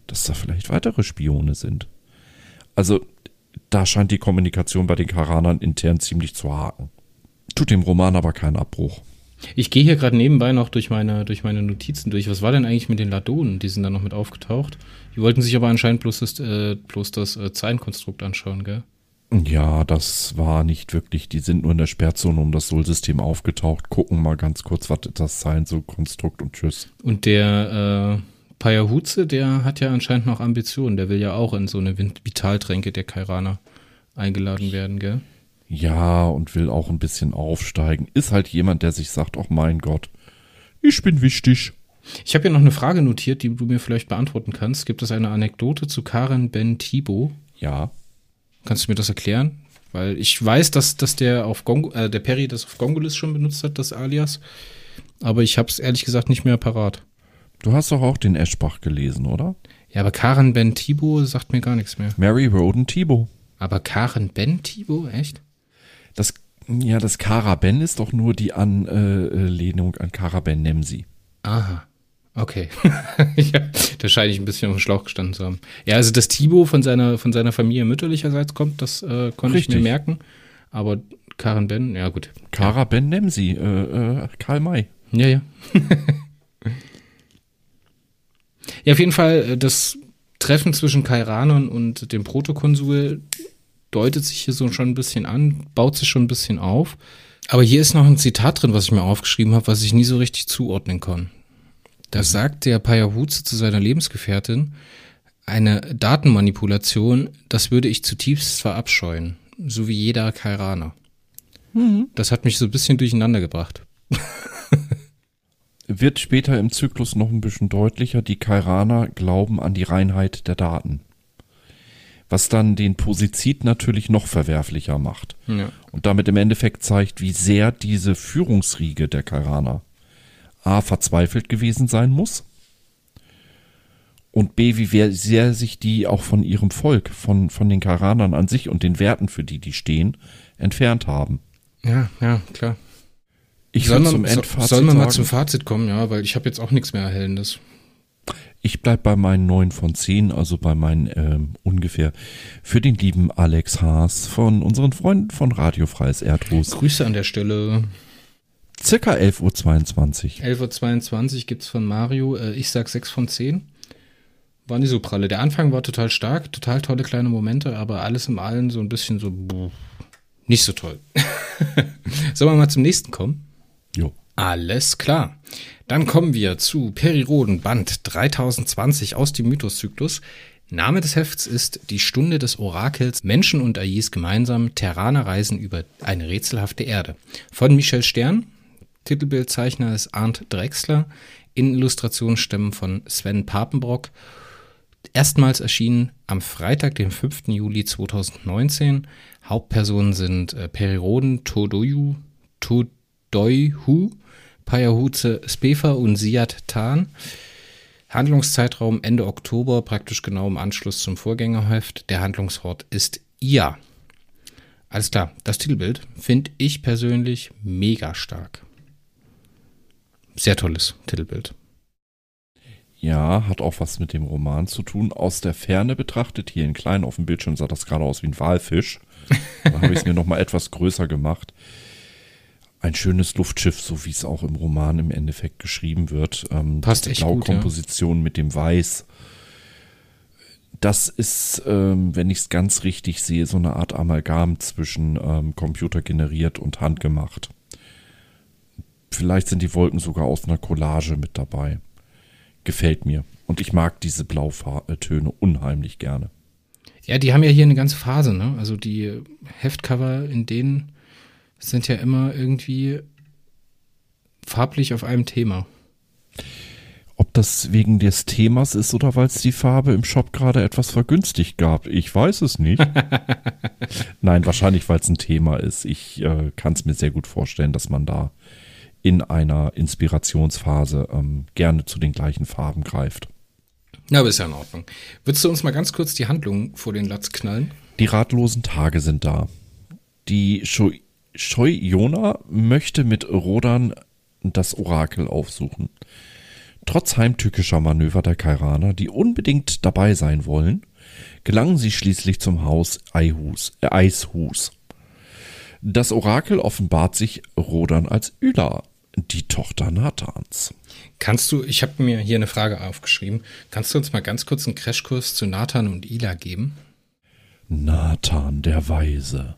dass da vielleicht weitere Spione sind. Also, da scheint die Kommunikation bei den Karanern intern ziemlich zu haken. Tut dem Roman aber keinen Abbruch. Ich gehe hier gerade nebenbei noch durch meine Notizen durch. Was war denn eigentlich mit den Ladonen? Die sind da noch mit aufgetaucht. Die wollten sich aber anscheinend bloß das Zeilenkonstrukt anschauen, gell? Ja, das war nicht wirklich. Die sind nur in der Sperrzone um das Sol-System aufgetaucht. Gucken mal ganz kurz, was das sein so Konstrukt und tschüss. Und der Payahuze, der hat ja anscheinend noch Ambitionen. Der will ja auch in so eine Vitaltränke der Kairaner eingeladen werden, gell? Ja, und will auch ein bisschen aufsteigen. Ist halt jemand, der sich sagt, oh mein Gott, ich bin wichtig. Ich habe hier noch eine Frage notiert, die du mir vielleicht beantworten kannst. Gibt es eine Anekdote zu Karen Ben Thibaut? Ja. Kannst du mir das erklären? Weil ich weiß, dass der der Perry das auf Gongolis schon benutzt hat, das Alias. Aber ich habe es ehrlich gesagt nicht mehr parat. Du hast doch auch den Eschbach gelesen, oder? Ja, aber Karen Ben Thibaut sagt mir gar nichts mehr. Mary Roden Thibaut. Aber Karen Ben Thibaut, echt? Das Kara Ben ist doch nur die Anlehnung an Kara Ben Nemsi. Aha, okay. Ja, da scheine ich ein bisschen auf dem Schlauch gestanden zu haben. Ja, also dass Thibaut von seiner Familie mütterlicherseits kommt, das konnte ich mir merken. Aber Karen Ben, ja gut. Kara Ben Nemsi, Karl May. Ja. Ja, auf jeden Fall, das Treffen zwischen Kairanern und dem Protokonsul deutet sich hier so schon ein bisschen an, baut sich schon ein bisschen auf. Aber hier ist noch ein Zitat drin, was ich mir aufgeschrieben habe, was ich nie so richtig zuordnen kann. Da sagt der Payahuze zu seiner Lebensgefährtin, eine Datenmanipulation, das würde ich zutiefst verabscheuen, so wie jeder Kairaner. Das hat mich so ein bisschen durcheinander gebracht. Wird später im Zyklus noch ein bisschen deutlicher, die Kairaner glauben an die Reinheit der Daten. Was dann den Posizid natürlich noch verwerflicher macht. Ja. Und damit im Endeffekt zeigt, wie sehr diese Führungsriege der Kairaner A, verzweifelt gewesen sein muss und B, wie sehr sich die auch von ihrem Volk, von den Kairanern an sich und den Werten, für die stehen, entfernt haben. Ja, klar. Sollen wir mal zum Fazit kommen, ja, weil ich habe jetzt auch nichts mehr Erhellendes. Ich bleib bei meinen 9 von 10, also bei meinen ungefähr für den lieben Alex Haas von unseren Freunden von Radio Freies Erdhus. Grüße an der Stelle. Circa 11:22 Uhr. 11:22 Uhr gibt's von Mario. Ich sag 6 von 10. War nicht so pralle. Der Anfang war total stark, total tolle kleine Momente, aber alles im Allen so ein bisschen so nicht so toll. Sollen wir mal zum nächsten kommen? Jo. Alles klar. Dann kommen wir zu Perry Rhodan, Band 3020 aus dem Mythoszyklus. Name des Hefts ist Die Stunde des Orakels, Menschen und Ais gemeinsam, Terraner reisen über eine rätselhafte Erde. Von Michel Stern, Titelbildzeichner ist Arndt Drechsler, Illustrationsstimmen von Sven Papenbrock. Erstmals erschienen am Freitag, den 5. Juli 2019. Hauptpersonen sind Perry Rhodan, Todoyu, Payahuze Spefa und Siad Tan. Handlungszeitraum Ende Oktober, praktisch genau im Anschluss zum Vorgängerheft. Der Handlungsort ist Ia. Alles klar, das Titelbild finde ich persönlich mega stark. Sehr tolles Titelbild. Ja, hat auch was mit dem Roman zu tun. Aus der Ferne betrachtet, hier in klein auf dem Bildschirm sah das gerade aus wie ein Walfisch. Da habe ich es mir nochmal etwas größer gemacht. Ein schönes Luftschiff, so wie es auch im Roman im Endeffekt geschrieben wird. Passt echt gut, Blaukomposition mit dem Weiß. Das ist, wenn ich es ganz richtig sehe, so eine Art Amalgam zwischen computergeneriert und handgemacht. Vielleicht sind die Wolken sogar aus einer Collage mit dabei. Gefällt mir. Und ich mag diese Blautöne unheimlich gerne. Ja, die haben ja hier eine ganze Phase, ne? Also die Heftcover, in denen sind ja immer irgendwie farblich auf einem Thema. Ob das wegen des Themas ist oder weil es die Farbe im Shop gerade etwas vergünstigt gab, ich weiß es nicht. Nein, wahrscheinlich, weil es ein Thema ist. Ich kann es mir sehr gut vorstellen, dass man da in einer Inspirationsphase gerne zu den gleichen Farben greift. Ja, aber ist ja in Ordnung. Würdest du uns mal ganz kurz die Handlung vor den Latz knallen? Die ratlosen Tage sind da. Die Shoyona möchte mit Rhodan das Orakel aufsuchen. Trotz heimtückischer Manöver der Kairaner, die unbedingt dabei sein wollen, gelangen sie schließlich zum Haus Eishus. Das Orakel offenbart sich Rodan als Yla, die Tochter Nathans. Ich habe mir hier eine Frage aufgeschrieben. Kannst du uns mal ganz kurz einen Crashkurs zu Nathan und Yla geben? Nathan der Weise.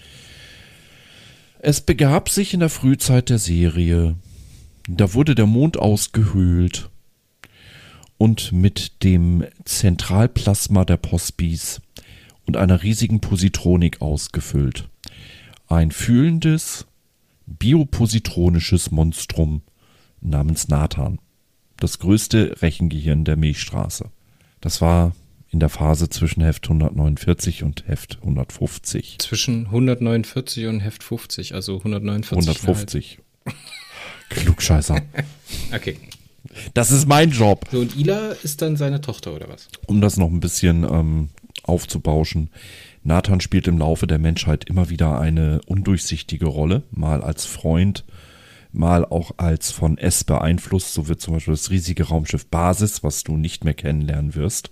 Es begab sich in der Frühzeit der Serie. Da wurde der Mond ausgehöhlt und mit dem Zentralplasma der Pospis und einer riesigen Positronik ausgefüllt. Ein fühlendes, biopositronisches Monstrum namens Nathan. Das größte Rechengehirn der Milchstraße. Das war in der Phase zwischen Heft 149 und Heft 150. Zwischen 149 und Heft 50, also 149. 150. Klugscheißer. Okay. Das ist mein Job. So, und Yla ist dann seine Tochter, oder was? Um das noch ein bisschen aufzubauschen. Nathan spielt im Laufe der Menschheit immer wieder eine undurchsichtige Rolle. Mal als Freund, mal auch als von S beeinflusst. So wird zum Beispiel das riesige Raumschiff Basis, was du nicht mehr kennenlernen wirst,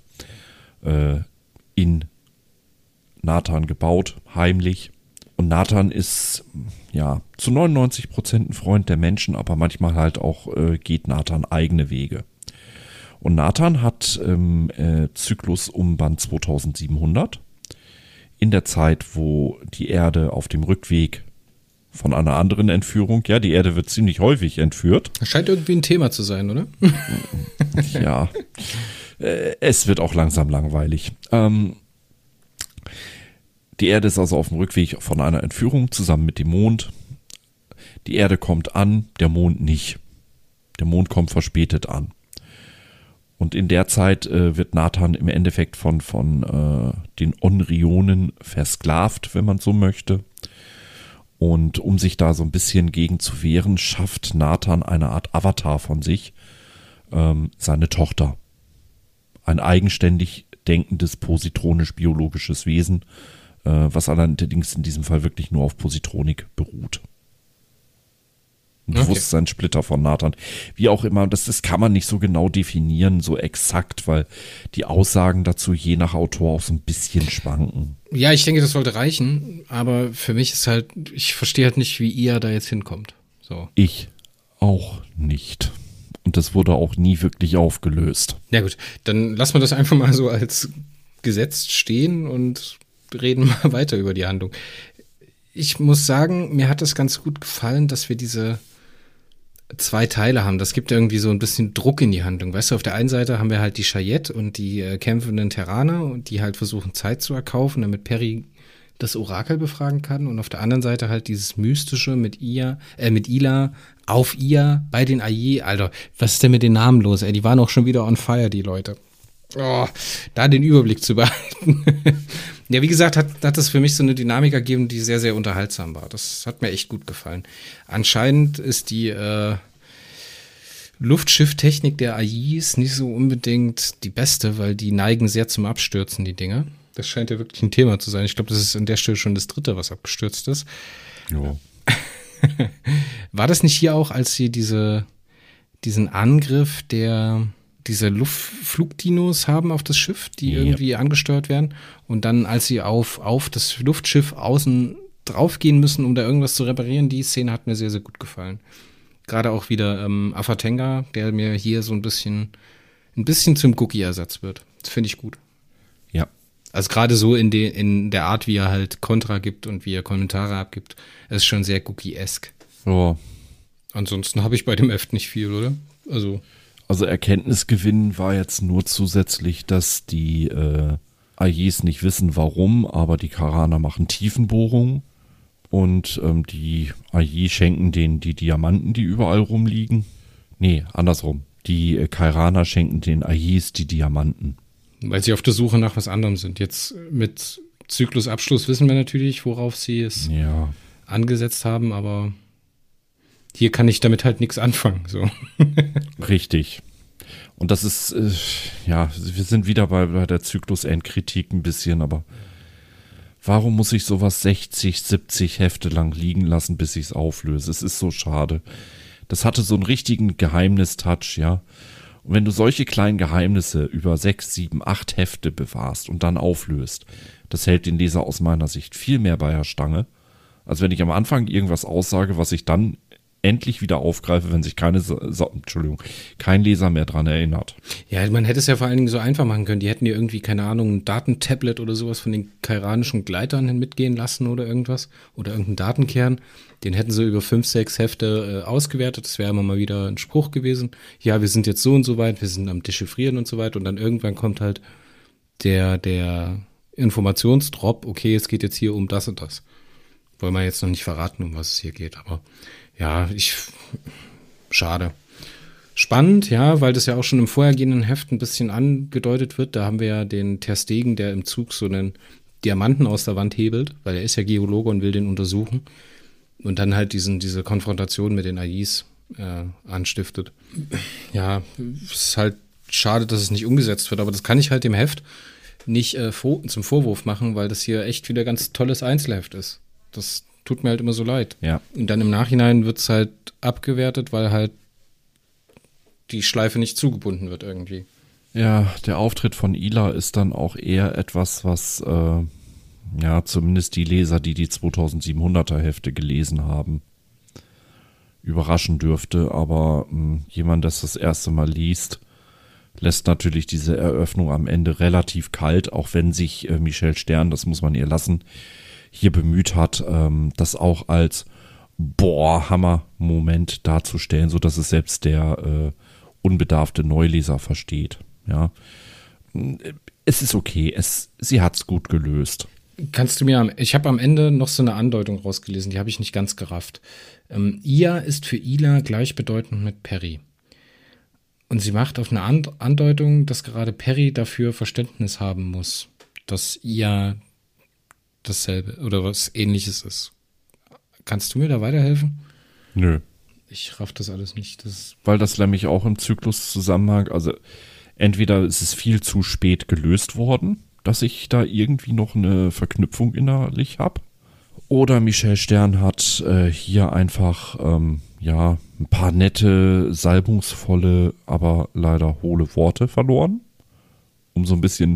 in Nathan gebaut, heimlich. Und Nathan ist ja zu 99% ein Freund der Menschen, aber manchmal halt auch geht Nathan eigene Wege. Und Nathan hat Zyklus um Band 2700, in der Zeit, wo die Erde auf dem Rückweg von einer anderen Entführung, ja, die Erde wird ziemlich häufig entführt. Das scheint irgendwie ein Thema zu sein, oder? Ja, es wird auch langsam langweilig. Die Erde ist also auf dem Rückweg von einer Entführung zusammen mit dem Mond. Die Erde kommt an, der Mond nicht. Der Mond kommt verspätet an. Und in der Zeit wird Nathan im Endeffekt von den Onrionen versklavt, wenn man so möchte. Und um sich da so ein bisschen gegen zu wehren, schafft Nathan eine Art Avatar von sich, seine Tochter. Ein eigenständig denkendes, positronisch-biologisches Wesen, was allerdings in diesem Fall wirklich nur auf Positronik beruht. Ein Bewusstseinssplitter von Nathan. Wie auch immer, das kann man nicht so genau definieren, so exakt, weil die Aussagen dazu je nach Autor auch so ein bisschen schwanken. Ja, ich denke, das sollte reichen, aber für mich ist halt, ich verstehe halt nicht, wie ihr da jetzt hinkommt. So. Ich auch nicht. Und das wurde auch nie wirklich aufgelöst. Ja gut, dann lassen wir das einfach mal so als gesetzt stehen und reden mal weiter über die Handlung. Ich muss sagen, mir hat es ganz gut gefallen, dass wir diese 2 Teile haben. Das gibt irgendwie so ein bisschen Druck in die Handlung. Weißt du, auf der einen Seite haben wir halt die Chayette und die kämpfenden Terraner und die halt versuchen Zeit zu erkaufen, damit Perry das Orakel befragen kann. Und auf der anderen Seite halt dieses Mystische mit Yla, auf ihr, bei den Aye. Alter, was ist denn mit den Namen los? Ey, die waren auch schon wieder on fire, die Leute. Oh, da den Überblick zu behalten. Ja, wie gesagt, hat das für mich so eine Dynamik ergeben, die sehr, sehr unterhaltsam war. Das hat mir echt gut gefallen. Anscheinend ist die Luftschifftechnik der AIs nicht so unbedingt die beste, weil die neigen sehr zum Abstürzen, die Dinger. Das scheint ja wirklich ein Thema zu sein. Ich glaube, das ist an der Stelle schon das 3., was abgestürzt ist. Ja. War das nicht hier auch, als sie diesen Angriff diese Flugdinos haben auf das Schiff, die irgendwie angesteuert werden und dann, als sie auf das Luftschiff außen draufgehen müssen, um da irgendwas zu reparieren, die Szene hat mir sehr, sehr gut gefallen. Gerade auch wieder Afatenga, der mir hier so ein bisschen zum Cookie-Ersatz wird. Das finde ich gut. Ja. Also gerade so in der Art, wie er halt Kontra gibt und wie er Kommentare abgibt, ist schon sehr Cookie-esk. Ja. Ansonsten habe ich bei dem Heft nicht viel, oder? Also Erkenntnisgewinn war jetzt nur zusätzlich, dass die AIs nicht wissen, warum, aber die Karaner machen Tiefenbohrungen und die AI schenken denen die Diamanten, die überall rumliegen. Nee, andersrum. Die Kairaner schenken den AIs die Diamanten. Weil sie auf der Suche nach was anderem sind. Jetzt mit Zyklusabschluss wissen wir natürlich, worauf sie es angesetzt haben, aber hier kann ich damit halt nichts anfangen. So. Richtig. Und das ist, wir sind wieder bei der Zyklus-Endkritik ein bisschen, aber warum muss ich sowas 60, 70 Hefte lang liegen lassen, bis ich es auflöse? Es ist so schade. Das hatte so einen richtigen Geheimnistouch, ja. Und wenn du solche kleinen Geheimnisse über 6, 7, 8 Hefte bewahrst und dann auflöst, das hält den Leser aus meiner Sicht viel mehr bei der Stange, als wenn ich am Anfang irgendwas aussage, was ich dann endlich wieder aufgreife, wenn sich kein Leser mehr dran erinnert. Ja, man hätte es ja vor allen Dingen so einfach machen können. Die hätten dir irgendwie, keine Ahnung, ein Datentablet oder sowas von den kairanischen Gleitern hin mitgehen lassen oder irgendwas. Oder irgendeinen Datenkern. Den hätten sie über 5, 6 Hefte ausgewertet. Das wäre immer mal wieder ein Spruch gewesen. Ja, wir sind jetzt so und so weit, wir sind am Dechiffrieren und so weiter. Und dann irgendwann kommt halt der Informationsdrop. Okay, es geht jetzt hier um das und das. Wollen wir jetzt noch nicht verraten, um was es hier geht, aber ja, schade. Spannend, ja, weil das ja auch schon im vorhergehenden Heft ein bisschen angedeutet wird. Da haben wir ja den Ter Stegen, der im Zug so einen Diamanten aus der Wand hebelt, weil er ist ja Geologe und will den untersuchen. Und dann halt diese Konfrontation mit den AIs anstiftet. Ja, es ist halt schade, dass es nicht umgesetzt wird, aber das kann ich halt dem Heft nicht zum Vorwurf machen, weil das hier echt wieder ganz tolles Einzelheft ist. Das tut mir halt immer so leid. Ja. Und dann im Nachhinein wird es halt abgewertet, weil halt die Schleife nicht zugebunden wird irgendwie. Ja, der Auftritt von Ila ist dann auch eher etwas, was zumindest die Leser, die 2700er Hefte gelesen haben, überraschen dürfte. Aber jemand, das das erste Mal liest, lässt natürlich diese Eröffnung am Ende relativ kalt, auch wenn sich Michelle Stern, das muss man ihr lassen, hier bemüht hat, das auch als Hammer-Moment darzustellen, so dass es selbst der unbedarfte Neuleser versteht. Ja, es ist okay, sie hat's gut gelöst. Ich habe am Ende noch so eine Andeutung rausgelesen, die habe ich nicht ganz gerafft. Ia ist für Ila gleichbedeutend mit Perry. Und sie macht auf eine Andeutung, dass gerade Perry dafür Verständnis haben muss, dass Ia dasselbe oder was Ähnliches ist. Kannst du mir da weiterhelfen? Nö. Ich raff das alles nicht. Weil das nämlich auch im Zykluszusammenhang, also entweder ist es viel zu spät gelöst worden, dass ich da irgendwie noch eine Verknüpfung innerlich habe, oder Michelle Stern hat hier einfach ein paar nette, salbungsvolle, aber leider hohle Worte verloren, um so ein bisschen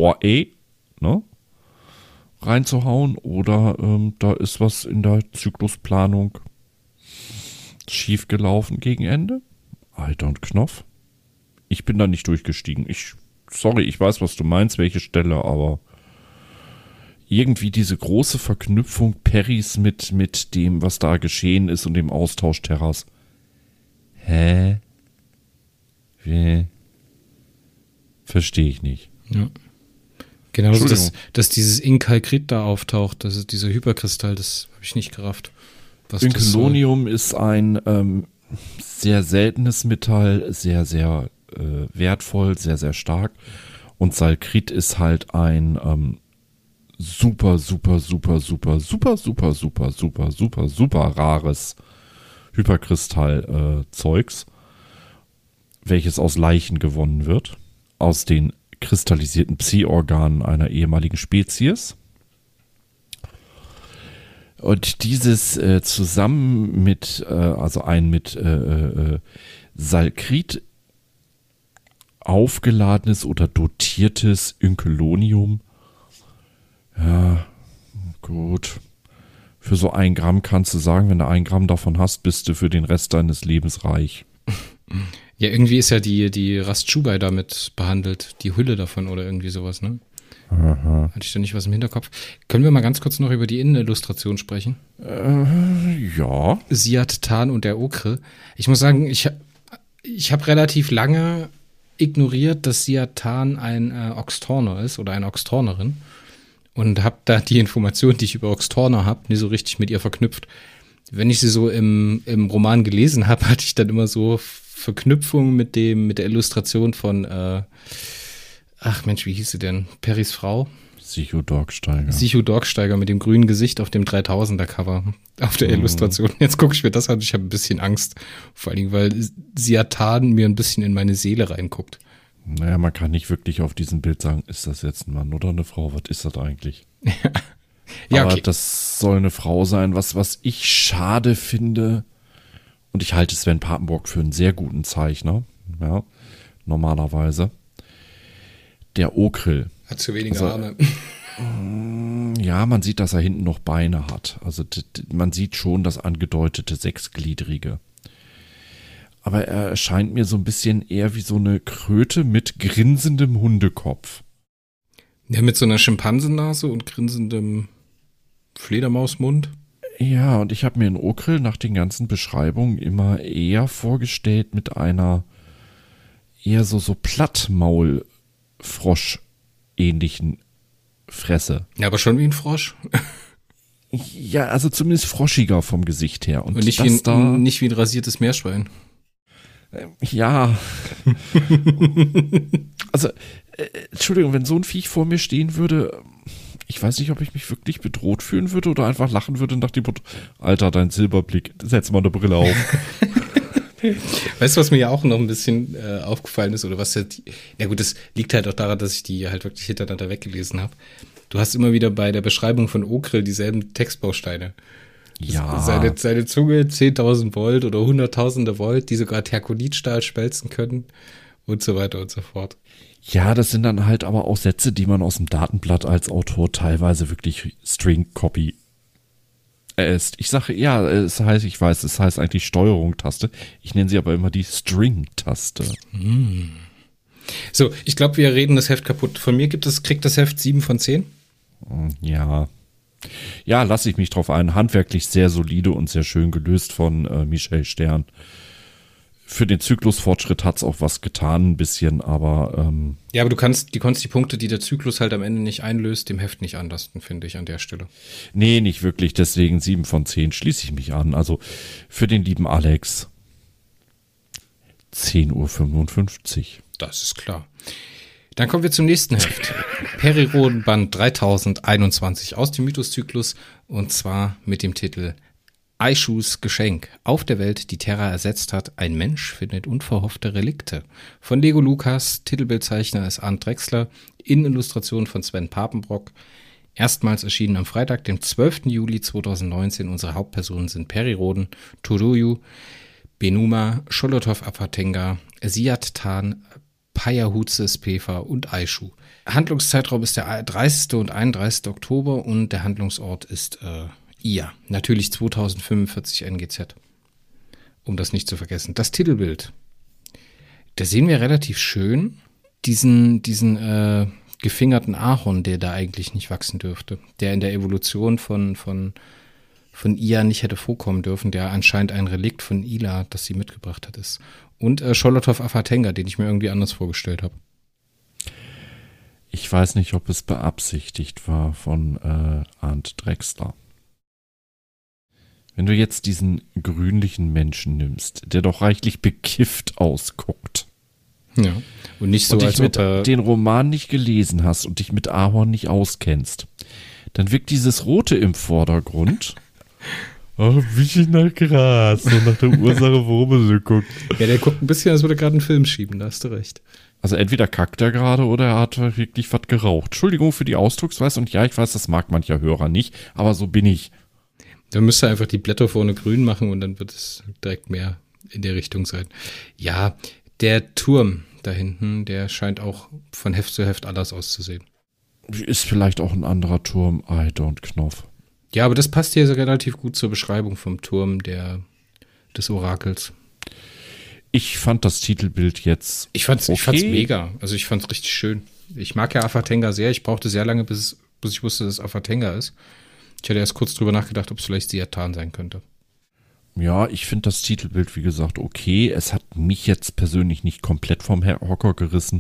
reinzuhauen, oder da ist was in der Zyklusplanung schief gelaufen gegen Ende. I don't Knopf. Ich bin da nicht durchgestiegen. Ich weiß, was du meinst, welche Stelle, aber irgendwie diese große Verknüpfung Perrys mit dem, was da geschehen ist und dem Austausch Terras. Hä? Wie? Verstehe ich nicht. Ja. Genauso, dass dieses Inkalkrit da auftaucht, das ist dieser Hyperkristall, das habe ich nicht gerafft. Inkelonium ist ein sehr seltenes Metall, sehr, sehr wertvoll, sehr, sehr stark. Und Salkrit ist halt ein super, super, super, super, super, super, super, super, super, super rares Hyperkristall-Zeugs, welches aus Leichen gewonnen wird, aus den kristallisierten Psi-Organen einer ehemaligen Spezies. Und dieses zusammen mit, mit Salkrit aufgeladenes oder dotiertes Inkelonium, ja, gut. Für so 1 Gramm kannst du sagen, wenn du 1 Gramm davon hast, bist du für den Rest deines Lebens reich. Ja, irgendwie ist ja die Rastschubai damit behandelt, die Hülle davon oder irgendwie sowas, ne? Aha. Hatte ich da nicht was im Hinterkopf? Können wir mal ganz kurz noch über die Innenillustration sprechen? Ja. Siat Tan und der Okre. Ich muss sagen, ich habe relativ lange ignoriert, dass Siat Tan ein Oxtorner ist oder eine Oxtornerin und habe da die Information, die ich über Oxtorner habe, nie so richtig mit ihr verknüpft. Wenn ich sie so im Roman gelesen habe, hatte ich dann immer so Verknüpfung mit der Illustration von wie hieß sie denn? Perrys Frau? Sichu Dorksteiger. Sichu Dorksteiger mit dem grünen Gesicht auf dem 3000er-Cover auf der Illustration. Jetzt gucke ich mir das an und ich habe ein bisschen Angst. Vor allen Dingen, weil Siatan mir ein bisschen in meine Seele reinguckt. Naja, man kann nicht wirklich auf diesem Bild sagen, ist das jetzt ein Mann oder eine Frau? Was ist das eigentlich? Ja, aber okay. Das soll eine Frau sein. Was ich schade finde, und ich halte Sven Papenburg für einen sehr guten Zeichner, ja, normalerweise. Der Okrill. Hat zu wenige Arme. Ja, man sieht, dass er hinten noch Beine hat. Also man sieht schon das angedeutete Sechsgliedrige. Aber er erscheint mir so ein bisschen eher wie so eine Kröte mit grinsendem Hundekopf. Ja, mit so einer Schimpansennase und grinsendem Fledermausmund. Ja, und ich habe mir einen Okrill nach den ganzen Beschreibungen immer eher vorgestellt mit einer eher so Plattmaulfrosch-ähnlichen Fresse. Ja, aber schon wie ein Frosch. Ja, also zumindest froschiger vom Gesicht her. Und nicht wie ein rasiertes Meerschwein. Ja. Also, Entschuldigung, wenn so ein Viech vor mir stehen würde, ich weiß nicht, ob ich mich wirklich bedroht fühlen würde oder einfach lachen würde nach dem Motto, Alter, dein Silberblick, setz mal eine Brille auf. Weißt du, was mir ja auch noch ein bisschen aufgefallen ist, oder was ja gut, das liegt halt auch daran, dass ich die halt wirklich hintereinander weggelesen habe. Du hast immer wieder bei der Beschreibung von Okrill dieselben Textbausteine. Ja. Seine Zunge 10.000 Volt oder Hunderttausende Volt, die sogar Terkolitstahl schmelzen können und so weiter und so fort. Ja, das sind dann halt aber auch Sätze, die man aus dem Datenblatt als Autor teilweise wirklich String-Copy ist. Ich sage, ja, es heißt eigentlich Steuerung-Taste. Ich nenne sie aber immer die String-Taste. So, ich glaube, wir reden das Heft kaputt. Von mir kriegt das Heft 7 von 10. Ja. Ja, lasse ich mich drauf ein. Handwerklich sehr solide und sehr schön gelöst von Michel Stern. Für den Zyklusfortschritt hat's auch was getan, ein bisschen, aber ja, aber du konntest die Punkte, die der Zyklus halt am Ende nicht einlöst, dem Heft nicht anlasten, finde ich, an der Stelle. Nee, nicht wirklich, deswegen 7 von 10 schließe ich mich an. Also für den lieben Alex 10:55 Uhr. Das ist klar. Dann kommen wir zum nächsten Heft. Periroden Band 3021 aus dem Mythoszyklus und zwar mit dem Titel Aishus Geschenk. Auf der Welt, die Terra ersetzt hat, ein Mensch findet unverhoffte Relikte. Von Lego Lukas, Titelbildzeichner ist Arndt Drechsler, Innenillustration von Sven Papenbrock. Erstmals erschienen am Freitag, dem 12. Juli 2019. Unsere Hauptpersonen sind Periroden, Turuyu, Benuma, Sholotov Apatenga, Siat Tan, Payahutse Spefa und Aishu. Handlungszeitraum ist der 30. und 31. Oktober und der Handlungsort ist Ia. Natürlich 2045 NGZ. Um das nicht zu vergessen. Das Titelbild. Da sehen wir relativ schön diesen gefingerten Ahorn, der da eigentlich nicht wachsen dürfte. Der in der Evolution von Ia nicht hätte vorkommen dürfen, der anscheinend ein Relikt von Ila, das sie mitgebracht hat, ist. Und Sholotov Afatenga, den ich mir irgendwie anders vorgestellt habe. Ich weiß nicht, ob es beabsichtigt war von Arndt Drechsler. Wenn du jetzt diesen grünlichen Menschen nimmst, der doch reichlich bekifft ausguckt. Ja. Und nicht so, und als ob du den Roman nicht gelesen hast und dich mit Ahorn nicht auskennst, dann wirkt dieses Rote im Vordergrund. Ach, ein bisschen nach Gras, so nach der Ursache, warum er so guckt. Ja, der guckt ein bisschen, als würde er gerade einen Film schieben, da hast du recht. Also entweder kackt er gerade oder er hat wirklich was geraucht. Entschuldigung für die Ausdrucksweise und ja, ich weiß, das mag mancher Hörer nicht, aber so bin ich. Dann müsste er einfach die Blätter vorne grün machen und dann wird es direkt mehr in der Richtung sein. Ja, der Turm da hinten, der scheint auch von Heft zu Heft anders auszusehen. Ist vielleicht auch ein anderer Turm, I don't know. Ja, aber das passt hier so relativ gut zur Beschreibung vom Turm des Orakels. Ich fand das Titelbild jetzt Ich fand's mega. Also ich fand's richtig schön. Ich mag ja Afatenga sehr. Ich brauchte sehr lange, bis ich wusste, dass es Afatenga ist. Ich hatte erst kurz drüber nachgedacht, ob es vielleicht Siat Tan sein könnte. Ja, ich finde das Titelbild, wie gesagt, okay. Es hat mich jetzt persönlich nicht komplett vom Hocker gerissen.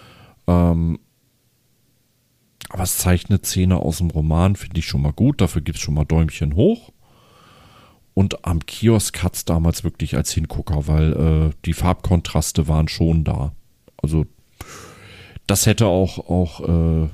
Aber es zeichnet Szene aus dem Roman, finde ich schon mal gut. Dafür gibt es schon mal Däumchen hoch. Und am Kiosk hat es damals wirklich als Hingucker, weil die Farbkontraste waren schon da. Also das hätte auch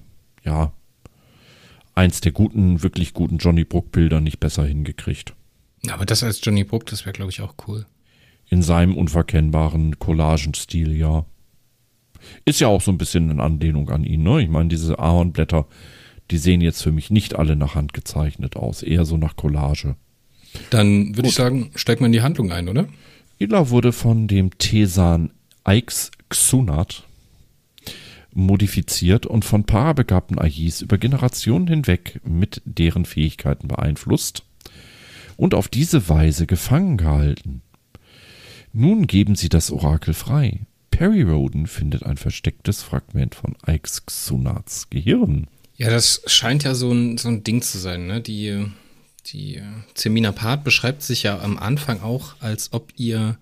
eins der wirklich guten Johnny Brook-Bilder nicht besser hingekriegt. Aber das als Johnny Brook, das wäre, glaube ich, auch cool. In seinem unverkennbaren Collagenstil, ja. Ist ja auch so ein bisschen eine Anlehnung an ihn, ne? Ich meine, diese Ahornblätter, die sehen jetzt für mich nicht alle nach Hand gezeichnet aus, eher so nach Collage. Dann würde ich sagen, steigt man in die Handlung ein, oder? Ila wurde von dem Tesan Eix Xunat modifiziert und von parabegabten AIs über Generationen hinweg mit deren Fähigkeiten beeinflusst und auf diese Weise gefangen gehalten. Nun geben sie das Orakel frei. Perry Rhodan findet ein verstecktes Fragment von Eix Xunats Gehirn. Ja, das scheint ja so ein Ding zu sein, ne? Die Zemina Part beschreibt sich ja am Anfang auch, als ob ihr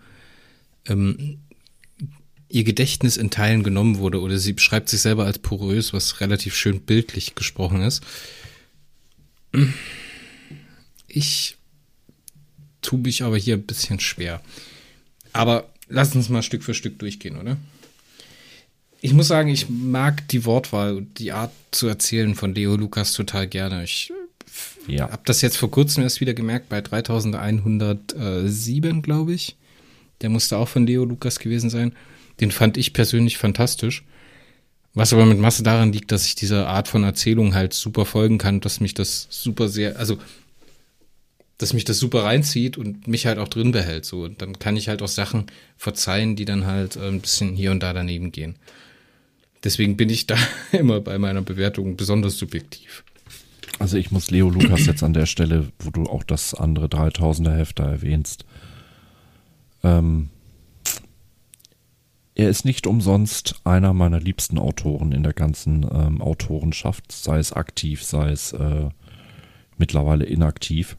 Gedächtnis in Teilen genommen wurde, oder sie beschreibt sich selber als porös, was relativ schön bildlich gesprochen ist. Ich tue mich aber hier ein bisschen schwer. Aber lass uns mal Stück für Stück durchgehen, oder? Ich muss sagen, ich mag die Wortwahl und die Art zu erzählen von Leo Lucas total gerne. Ich habe das jetzt vor kurzem erst wieder gemerkt, bei 3107, glaube ich. Der musste auch von Leo Lucas gewesen sein. Den fand ich persönlich fantastisch. Was aber mit Masse daran liegt, dass ich dieser Art von Erzählung halt super folgen kann, dass mich das super super reinzieht und mich halt auch drin behält. So. Und dann kann ich halt auch Sachen verzeihen, die dann halt ein bisschen hier und da daneben gehen. Deswegen bin ich da immer bei meiner Bewertung besonders subjektiv. Also ich muss Leo Lucas jetzt an der Stelle, wo du auch das andere 3000er Heft da erwähnst, er ist nicht umsonst einer meiner liebsten Autoren in der ganzen Autorenschaft, sei es aktiv, sei es mittlerweile inaktiv.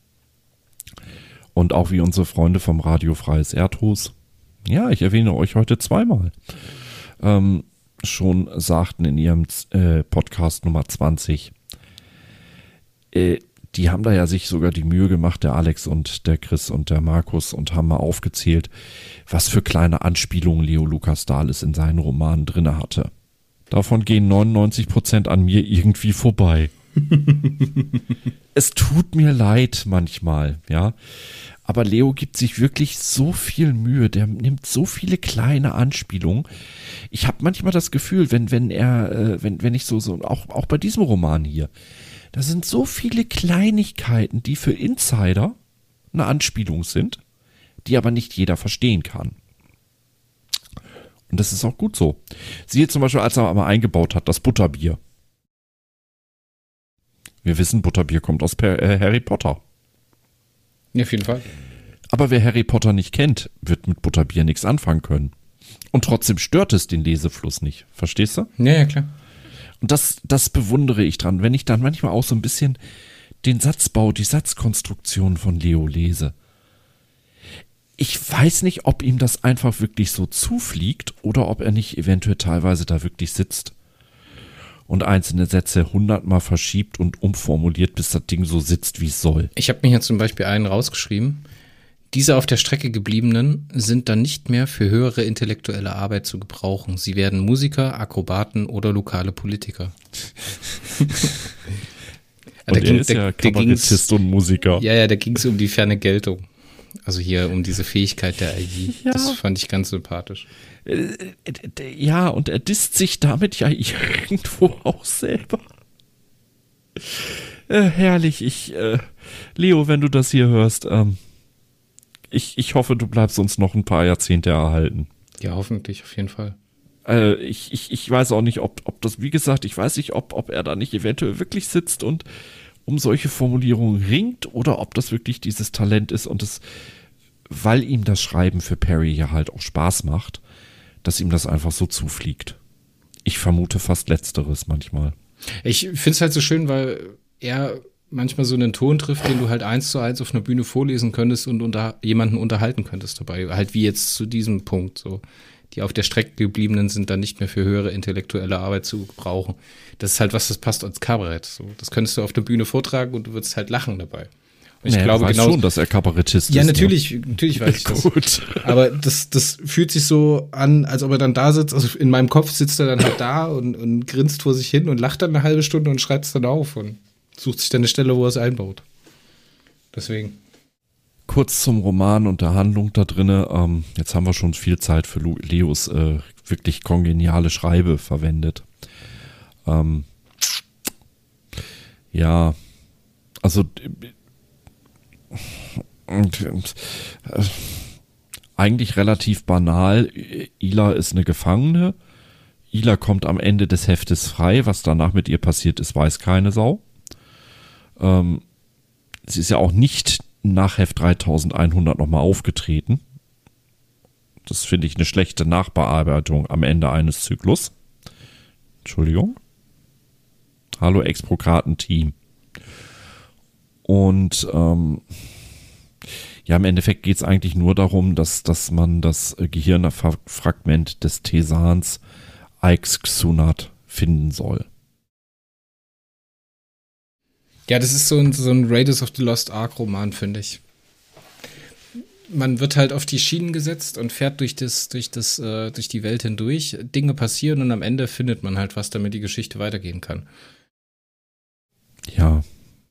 Und auch wie unsere Freunde vom Radio Freies Erdhus, ja, ich erwähne euch heute zweimal, schon sagten in ihrem Podcast Nummer 20, die haben da ja sich sogar die Mühe gemacht, der Alex und der Chris und der Markus, und haben mal aufgezählt, was für kleine Anspielungen Leo Lucas da alles in seinen Romanen drinne hatte. Davon gehen 99% an mir irgendwie vorbei. Es tut mir leid manchmal, ja. Aber Leo gibt sich wirklich so viel Mühe, der nimmt so viele kleine Anspielungen. Ich habe manchmal das Gefühl, wenn ich so auch bei diesem Roman hier, da sind so viele Kleinigkeiten, die für Insider eine Anspielung sind, die aber nicht jeder verstehen kann. Und das ist auch gut so. Siehe zum Beispiel, als er mal eingebaut hat, das Butterbier. Wir wissen, Butterbier kommt aus Harry Potter. Ja, auf jeden Fall. Aber wer Harry Potter nicht kennt, wird mit Butterbier nichts anfangen können. Und trotzdem stört es den Lesefluss nicht. Verstehst du? Ja, klar. Und das bewundere ich dran, wenn ich dann manchmal auch so ein bisschen den Satzbau, die Satzkonstruktion von Leo lese. Ich weiß nicht, ob ihm das einfach wirklich so zufliegt oder ob er nicht eventuell teilweise da wirklich sitzt und einzelne Sätze 100-mal verschiebt und umformuliert, bis das Ding so sitzt, wie es soll. Ich habe mir hier zum Beispiel einen rausgeschrieben. Diese auf der Strecke gebliebenen sind dann nicht mehr für höhere intellektuelle Arbeit zu gebrauchen. Sie werden Musiker, Akrobaten oder lokale Politiker. Und er ist ja Kabarettist und Musiker. Ja, da ging es um die ferne Geltung. Also hier um diese Fähigkeit der AI. Ja. Das fand ich ganz sympathisch. Ja, und er disst sich damit ja irgendwo auch selber. Herrlich. Leo, wenn du das hier hörst, ich hoffe, du bleibst uns noch ein paar Jahrzehnte erhalten. Ja, hoffentlich, auf jeden Fall. Ich weiß auch nicht, ob das, wie gesagt, ich weiß nicht, ob er da nicht eventuell wirklich sitzt und um solche Formulierungen ringt oder ob das wirklich dieses Talent ist und es, weil ihm das Schreiben für Perry ja halt auch Spaß macht, dass ihm das einfach so zufliegt. Ich vermute fast Letzteres manchmal. Ich finde es halt so schön, weil er manchmal so einen Ton trifft, den du halt 1:1 auf einer Bühne vorlesen könntest und jemanden unterhalten könntest dabei. Halt wie jetzt zu diesem Punkt so. Die auf der Strecke gebliebenen sind dann nicht mehr für höhere intellektuelle Arbeit zu gebrauchen. Das ist halt was, das passt als Kabarett. So. Das könntest du auf der Bühne vortragen und du würdest halt lachen dabei. Und ich glaube, du weißt schon, dass er Kabarettist ist. Ja, natürlich weiß ich das. Gut. Aber das fühlt sich so an, als ob er dann da sitzt. Also in meinem Kopf sitzt er dann halt da und grinst vor sich hin und lacht dann eine halbe Stunde und schreibt es dann auf und sucht sich dann eine Stelle, wo er es einbaut. Deswegen. Kurz zum Roman und der Handlung da drinne. Jetzt haben wir schon viel Zeit für Leos wirklich kongeniale Schreibe verwendet. Ja, also Eigentlich relativ banal. Ila ist eine Gefangene. Ila kommt am Ende des Heftes frei. Was danach mit ihr passiert ist, weiß keine Sau. Sie ist ja auch nicht nach Heft 3100 nochmal aufgetreten. Das finde ich eine schlechte Nachbearbeitung am Ende eines Zyklus. Entschuldigung. Hallo Exprokraten-Team. Und ja, im Endeffekt geht es eigentlich nur darum, dass man das Gehirnfragment des Tesans Aixxunat finden soll. Ja, das ist so ein Raiders of the Lost Ark Roman, finde ich. Man wird halt auf die Schienen gesetzt und fährt durch die Welt hindurch. Dinge passieren und am Ende findet man halt was, damit die Geschichte weitergehen kann. Ja.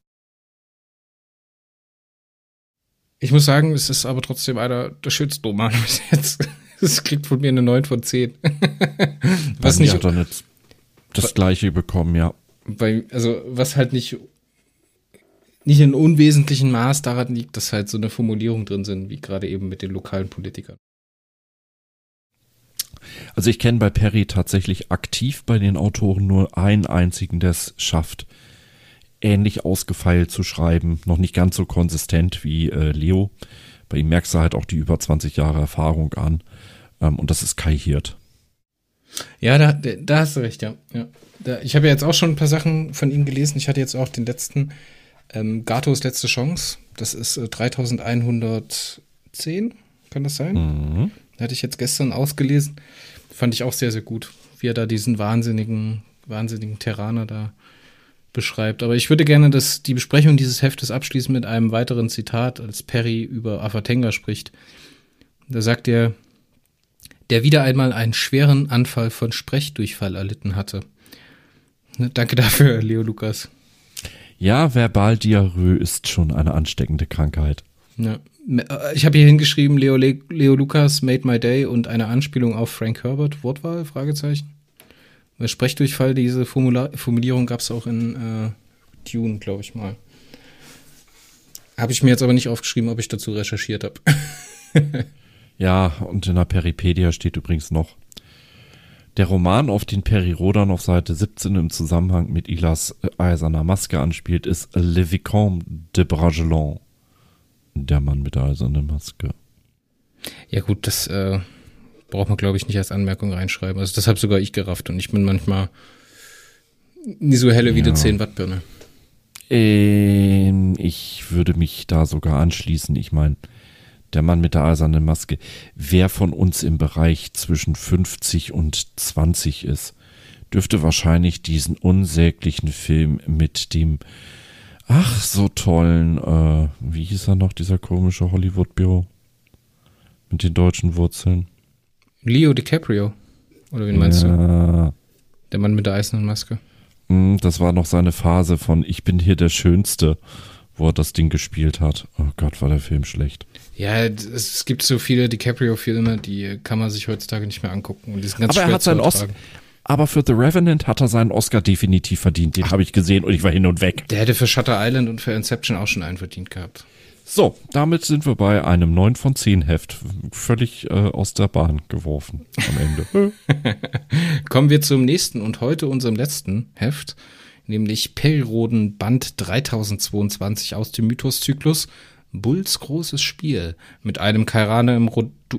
Ich muss sagen, es ist aber trotzdem einer der schönsten Romane bis jetzt. Es kriegt von mir eine 9 von 10. Was nicht hat er nicht das Gleiche bekommen, ja. Was halt nicht in unwesentlichem Maß daran liegt, dass halt so eine Formulierung drin sind, wie gerade eben mit den lokalen Politikern. Also ich kenne bei Perry tatsächlich aktiv bei den Autoren nur einen einzigen, der es schafft, ähnlich ausgefeilt zu schreiben. Noch nicht ganz so konsistent wie Leo. Bei ihm merkst du halt auch die über 20 Jahre Erfahrung an. Und das ist Kai Hirt. Ja, da hast du recht, ja. Ich habe ja jetzt auch schon ein paar Sachen von ihm gelesen. Ich hatte jetzt auch den letzten Gatos letzte Chance. Das ist 3110, kann das sein? Mhm. Hatte ich jetzt gestern ausgelesen. Fand ich auch sehr, sehr gut, wie er da diesen wahnsinnigen Terraner da beschreibt. Aber ich würde gerne die Besprechung dieses Heftes abschließen mit einem weiteren Zitat, als Perry über Afatenga spricht. Da sagt er, der wieder einmal einen schweren Anfall von Sprechdurchfall erlitten hatte. Danke dafür, Leo Lukas. Ja, Verbaldiarrhoe ist schon eine ansteckende Krankheit. Ja. Ich habe hier hingeschrieben, Leo Lukas made my day und eine Anspielung auf Frank Herbert, Wortwahl, Fragezeichen. Weil Sprechdurchfall, diese Formulierung gab es auch in Dune, glaube ich mal. Habe ich mir jetzt aber nicht aufgeschrieben, ob ich dazu recherchiert habe. Ja, und in der Peripedia steht übrigens noch, der Roman, auf den Perry Rhodan auf Seite 17 im Zusammenhang mit Ilas eiserner Maske anspielt, ist Le Vicomte de Bragelonne. Der Mann mit der eisernen Maske. Ja gut, das braucht man, glaube ich, nicht als Anmerkung reinschreiben. Also das habe sogar ich gerafft und ich bin manchmal nie so helle wie eine 10-Watt-Birne. Ich würde mich da sogar anschließen. Ich meine, der Mann mit der eisernen Maske, wer von uns im Bereich zwischen 50 und 20 ist, dürfte wahrscheinlich diesen unsäglichen Film mit dem so tollen, wie hieß er noch, dieser komische Hollywood-Büro mit den deutschen Wurzeln? Leo DiCaprio, oder wen meinst du? Der Mann mit der eisernen Maske. Das war noch seine Phase von Ich bin hier der Schönste, wo er das Ding gespielt hat. Oh Gott, war der Film schlecht. Ja, es gibt so viele DiCaprio-Filme, die kann man sich heutzutage nicht mehr angucken. Und die sind ganz aber schwer er hat seinen Aber für The Revenant hat er seinen Oscar definitiv verdient. Den habe ich gesehen und ich war hin und weg. Der hätte für Shutter Island und für Inception auch schon einen verdient gehabt. So, damit sind wir bei einem 9 von 10 Heft. Völlig aus der Bahn geworfen am Ende. Kommen wir zum nächsten und heute unserem letzten Heft, nämlich Perry Rhodan Band 3022 aus dem Mythos-Zyklus Bulls großes Spiel. Mit einem Kairaner im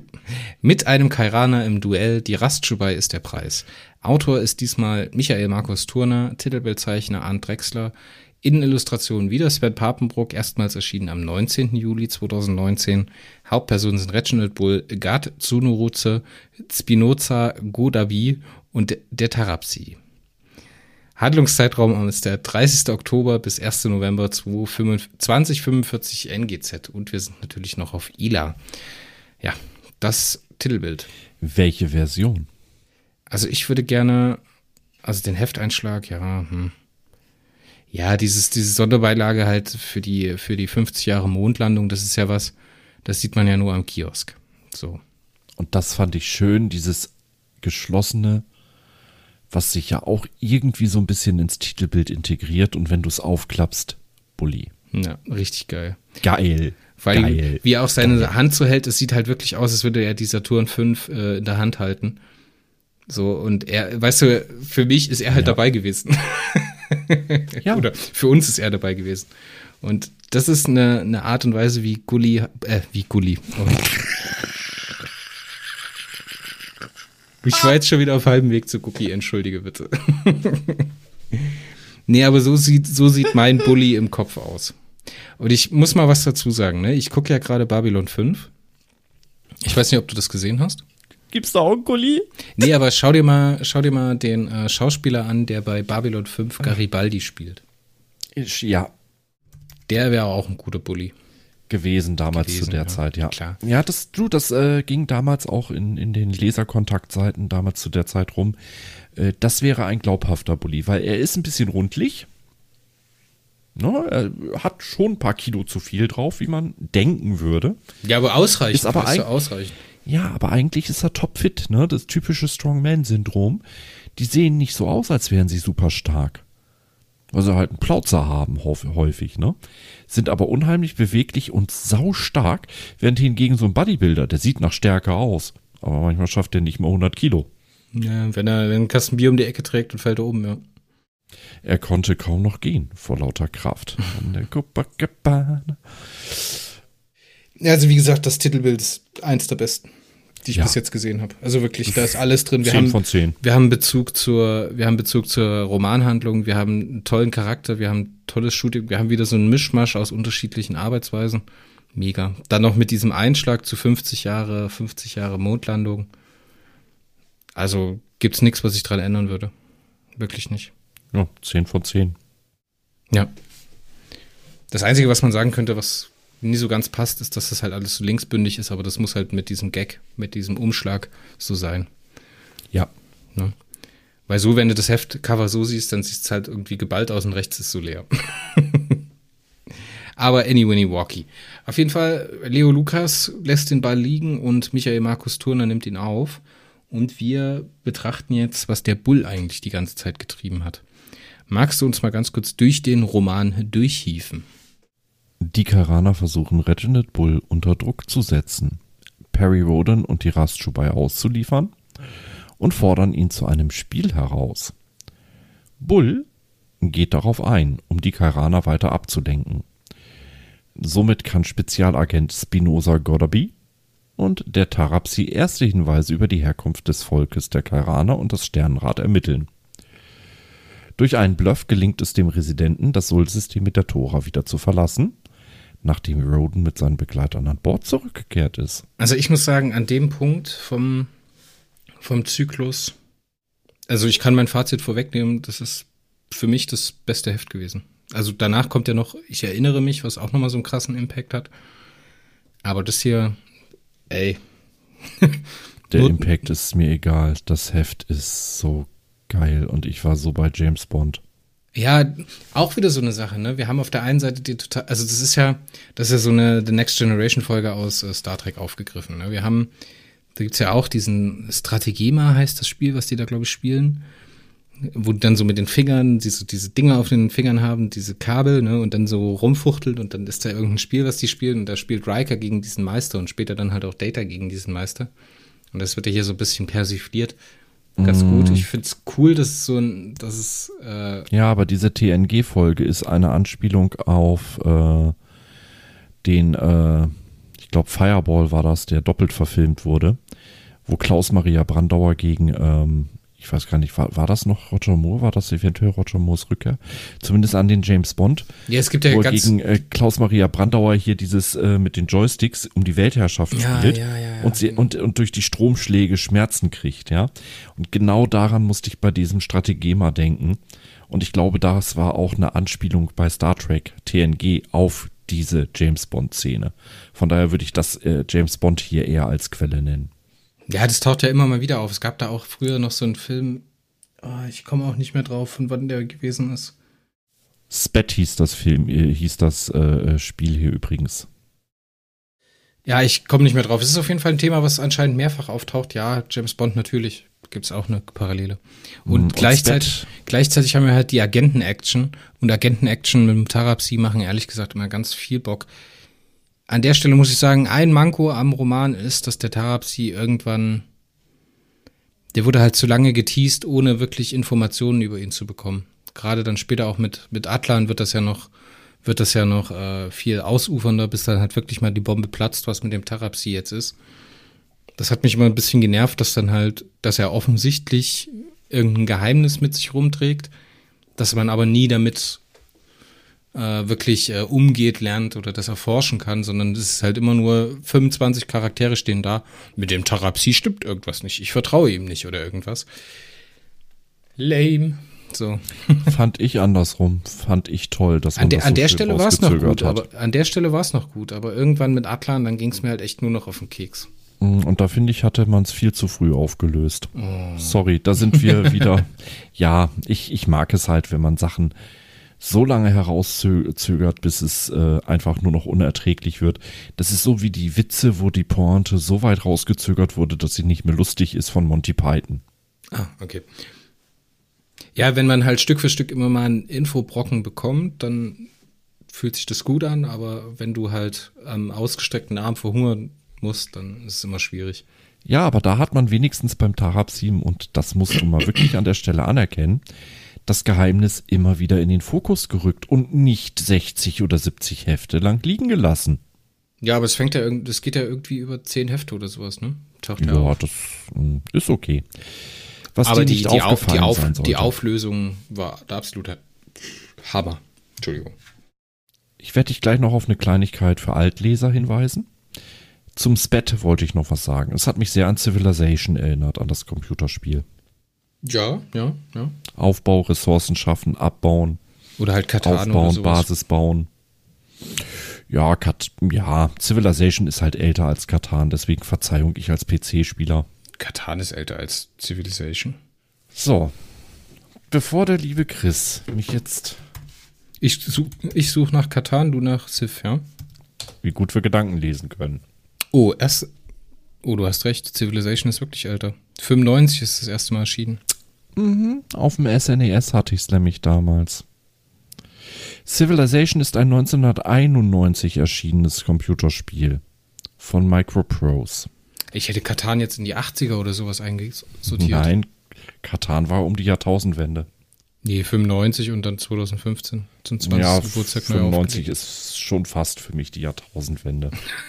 Duell, die Rastschubai ist der Preis. Autor ist diesmal Michael Markus Turner, Titelbildzeichner Arndt Drechsler, Innenillustration wieder Sven Papenbrock, erstmals erschienen am 19. Juli 2019. Hauptpersonen sind Reginald Bull, Gard Tsunoruze, Spinoza Godabi und der Tarapsi. Handlungszeitraum ist der 30. Oktober bis 1. November 2045 NGZ und wir sind natürlich noch auf Ila. Ja, das Titelbild. Welche Version? Also ich würde gerne, den Hefteinschlag, Ja, diese Sonderbeilage halt für die 50 Jahre Mondlandung, das ist ja was, das sieht man ja nur am Kiosk. So. Und das fand ich schön, dieses geschlossene, was sich ja auch irgendwie so ein bisschen ins Titelbild integriert und wenn du es aufklappst, Bulli. Ja, richtig geil. Geil. Weil Geil. wie er auch seine Hand so hält, es sieht halt wirklich aus, als würde er die Saturn 5 in der Hand halten. So, und er, weißt du, für mich ist er halt dabei gewesen. Ja. Oder für uns ist er dabei gewesen. Und das ist eine Art und Weise, wie Gulli. Oh. Ich war jetzt schon wieder auf halbem Weg zu Guppy, entschuldige bitte. Nee, aber so sieht mein Bully im Kopf aus. Und ich muss mal was dazu sagen, ne? Ich gucke ja gerade Babylon 5. Ich weiß nicht, ob du das gesehen hast. Gibt's da auch einen Gulli? Nee, aber schau dir mal den Schauspieler an, der bei Babylon 5 Garibaldi spielt. Ja. Der wäre auch ein guter Bully. Gewesen damals zu der Zeit, ja. Klar. Ja, das ging damals auch in den Leserkontaktseiten damals zu der Zeit rum. Das wäre ein glaubhafter Bully, weil er ist ein bisschen rundlich. Ne, er hat schon ein paar Kilo zu viel drauf, wie man denken würde. Ja, aber ausreichend. Ist aber ausreichend. Ja, aber eigentlich ist er topfit, ne? Das typische Strongman-Syndrom. Die sehen nicht so aus, als wären sie super stark. Weil sie halt einen Plauzer haben, häufig, ne? Sind aber unheimlich beweglich und saustark, während hingegen so ein Bodybuilder, der sieht nach Stärke aus. Aber manchmal schafft er nicht mal 100 Kilo. Ja, wenn er einen Kasten Bier um die Ecke trägt und fällt er um, ja. Er konnte kaum noch gehen, vor lauter Kraft. An der Copacabana. Also wie gesagt, das Titelbild ist eins der besten, die ich Ja. bis jetzt gesehen habe. Also wirklich, da ist alles drin. 10 von 10. Wir haben Bezug zur Romanhandlung, wir haben einen tollen Charakter, wir haben tolles Shooting, wir haben wieder so einen Mischmasch aus unterschiedlichen Arbeitsweisen. Mega. Dann noch mit diesem Einschlag zu 50 Jahre Mondlandung. Also gibt's nichts, was ich dran ändern würde. Wirklich nicht. Ja, 10 von 10. Ja. Das Einzige, was man sagen könnte, was nie so ganz passt, ist, dass das halt alles so linksbündig ist, aber das muss halt mit diesem Gag, mit diesem Umschlag so sein. Ja. Ne? Weil so, wenn du das Heftcover so siehst, dann sieht es halt irgendwie geballt aus und rechts ist so leer. Aber Winnie Walkie. Auf jeden Fall, Leo Lukas lässt den Ball liegen und Michael Markus Turner nimmt ihn auf. Und wir betrachten jetzt, was der Bull eigentlich die ganze Zeit getrieben hat. Magst du uns mal ganz kurz durch den Roman durchhieven? Die Karaner versuchen Reginald Bull unter Druck zu setzen, Perry Rhodan und die Rastschubai auszuliefern und fordern ihn zu einem Spiel heraus. Bull geht darauf ein, um die Karaner weiter abzulenken. Somit kann Spezialagent Spinoza Goddaby und der Tarapsi erste Hinweise über die Herkunft des Volkes der Karaner und das Sternenrad ermitteln. Durch einen Bluff gelingt es dem Residenten, das Sol-System mit der Tora wieder zu verlassen, nachdem Rhodan mit seinen Begleitern an Bord zurückgekehrt ist. Also ich muss sagen, an dem Punkt vom Zyklus, also ich kann mein Fazit vorwegnehmen, das ist für mich das beste Heft gewesen. Also danach kommt ja noch, ich erinnere mich, was auch nochmal so einen krassen Impact hat. Aber das hier, ey. Der Impact ist mir egal. Das Heft ist so geil und ich war so bei James Bond. Ja, auch wieder so eine Sache, ne? Wir haben auf der einen Seite die total, also das ist ja so eine The Next Generation Folge aus Star Trek aufgegriffen, ne? Da gibt's ja auch diesen Strategema heißt das Spiel, was die da, glaube ich, spielen, wo die dann so mit den Fingern, diese Dinger auf den Fingern haben, diese Kabel, ne? Und dann so rumfuchtelt und dann ist da irgendein Spiel, was die spielen und da spielt Riker gegen diesen Meister und später dann halt auch Data gegen diesen Meister. Und das wird ja hier so ein bisschen persifliert. Ganz gut. Ich find's cool, dass es Ja, aber diese TNG-Folge ist eine Anspielung auf ich glaube Fireball war das, der doppelt verfilmt wurde, wo Klaus Maria Brandauer gegen, ich weiß gar nicht, war das noch Roger Moore? War das eventuell Roger Moores Rückkehr? Zumindest an den James Bond. Ja, es gibt ja wo ganz gegen Klaus Maria Brandauer hier dieses mit den Joysticks um die Weltherrschaft spielt und durch die Stromschläge Schmerzen kriegt, ja. Und genau daran musste ich bei diesem Strategema denken. Und ich glaube, das war auch eine Anspielung bei Star Trek TNG auf diese James Bond-Szene. Von daher würde ich das James Bond hier eher als Quelle nennen. Ja, das taucht ja immer mal wieder auf. Es gab da auch früher noch so einen Film, ich komme auch nicht mehr drauf, von wann der gewesen ist. Spet hieß das Spiel hier übrigens. Ja, ich komme nicht mehr drauf. Es ist auf jeden Fall ein Thema, was anscheinend mehrfach auftaucht. Ja, James Bond natürlich. Gibt's auch eine Parallele. Und gleichzeitig haben wir halt die Agenten-Action. Und Agenten-Action mit dem Tarapsi machen ehrlich gesagt immer ganz viel Bock. An der Stelle muss ich sagen, ein Manko am Roman ist, dass der Tarabsi irgendwann, der wurde halt zu lange geteased, ohne wirklich Informationen über ihn zu bekommen. Gerade dann später auch mit Atlan wird das ja noch viel ausufernder, bis dann halt wirklich mal die Bombe platzt, was mit dem Tarabsi jetzt ist. Das hat mich immer ein bisschen genervt, dass er offensichtlich irgendein Geheimnis mit sich rumträgt, dass man aber nie damit wirklich umgeht, lernt oder das erforschen kann, sondern es ist halt immer nur 25 Charaktere stehen da. Mit dem Tarabsi stimmt irgendwas nicht. Ich vertraue ihm nicht oder irgendwas. Lame. So. Fand ich andersrum. Fand ich toll, dass man an der Stelle war es noch gut, hat. aber an der Stelle war es noch gut, aber irgendwann mit Atlan, dann ging es mir halt echt nur noch auf den Keks. Und da finde ich, hatte man es viel zu früh aufgelöst. Oh. Sorry, da sind wir wieder. Ja, ich mag es halt, wenn man Sachen so lange herauszögert, bis es einfach nur noch unerträglich wird. Das ist so wie die Witze, wo die Pointe so weit rausgezögert wurde, dass sie nicht mehr lustig ist, von Monty Python. Ah, okay. Ja, wenn man halt Stück für Stück immer mal einen Infobrocken bekommt, dann fühlt sich das gut an, aber wenn du halt am ausgestreckten Arm verhungern musst, dann ist es immer schwierig. Ja, aber da hat man wenigstens beim Tarabsi, und das musst du mal wirklich an der Stelle anerkennen, das Geheimnis immer wieder in den Fokus gerückt und nicht 60 oder 70 Hefte lang liegen gelassen. Ja, aber es geht ja irgendwie über 10 Hefte oder sowas, ne? Ja, das ist okay. Was aber dir nicht aufgefallen sein sollte. Die Auflösung war der absolute Hammer. Entschuldigung. Ich werde dich gleich noch auf eine Kleinigkeit für Altleser hinweisen. Zum Spett wollte ich noch was sagen. Es hat mich sehr an Civilization erinnert, an das Computerspiel. Ja. Aufbau, Ressourcen schaffen, abbauen. Oder halt Katan aufbauen, oder sowas. Basis bauen. Ja, Civilization ist halt älter als Katan, deswegen Verzeihung, ich als PC-Spieler. Katan ist älter als Civilization. So, bevor der liebe Chris mich jetzt... Ich such nach Katan, du nach Civ, ja? Wie gut wir Gedanken lesen können. Oh, du hast recht, Civilization ist wirklich älter. 95 ist das erste Mal erschienen. Auf dem SNES hatte ich es nämlich damals. Civilization ist ein 1991 erschienenes Computerspiel von Microprose. Ich hätte Katan jetzt in die 80er oder sowas eingesortiert. Nein, Katan war um die Jahrtausendwende. Nee, 95 und dann 2015 zum 20. Ja, Geburtstag 95 ist schon fast für mich die Jahrtausendwende.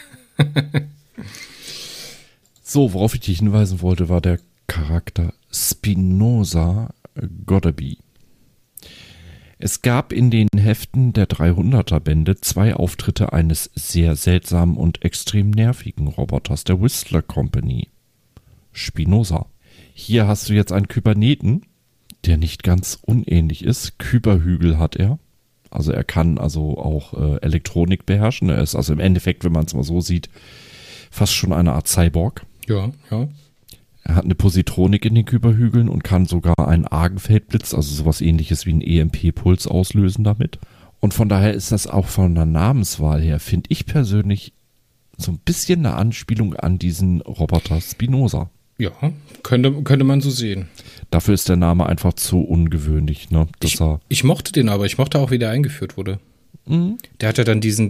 So, worauf ich dich hinweisen wollte, war der Charakter Spinoza Godeby. Es gab in den Heften der 300er Bände 2 Auftritte eines sehr seltsamen und extrem nervigen Roboters der Whistler Company. Spinoza. Hier hast du jetzt einen Kyberneten, der nicht ganz unähnlich ist. Kyberhügel hat er. Also er kann also auch Elektronik beherrschen. Er ist also im Endeffekt, wenn man es mal so sieht, fast schon eine Art Cyborg. Ja. Er hat eine Positronik in den Kyberhügeln und kann sogar einen Argenfeldblitz, also sowas ähnliches wie einen EMP-Puls auslösen damit. Und von daher ist das auch von der Namenswahl her, finde ich persönlich, so ein bisschen eine Anspielung an diesen Roboter Spinoza. Ja, könnte man so sehen. Dafür ist der Name einfach zu ungewöhnlich, ne? Ich mochte den aber, ich mochte auch, wie der eingeführt wurde. Mhm. Der hat ja dann diesen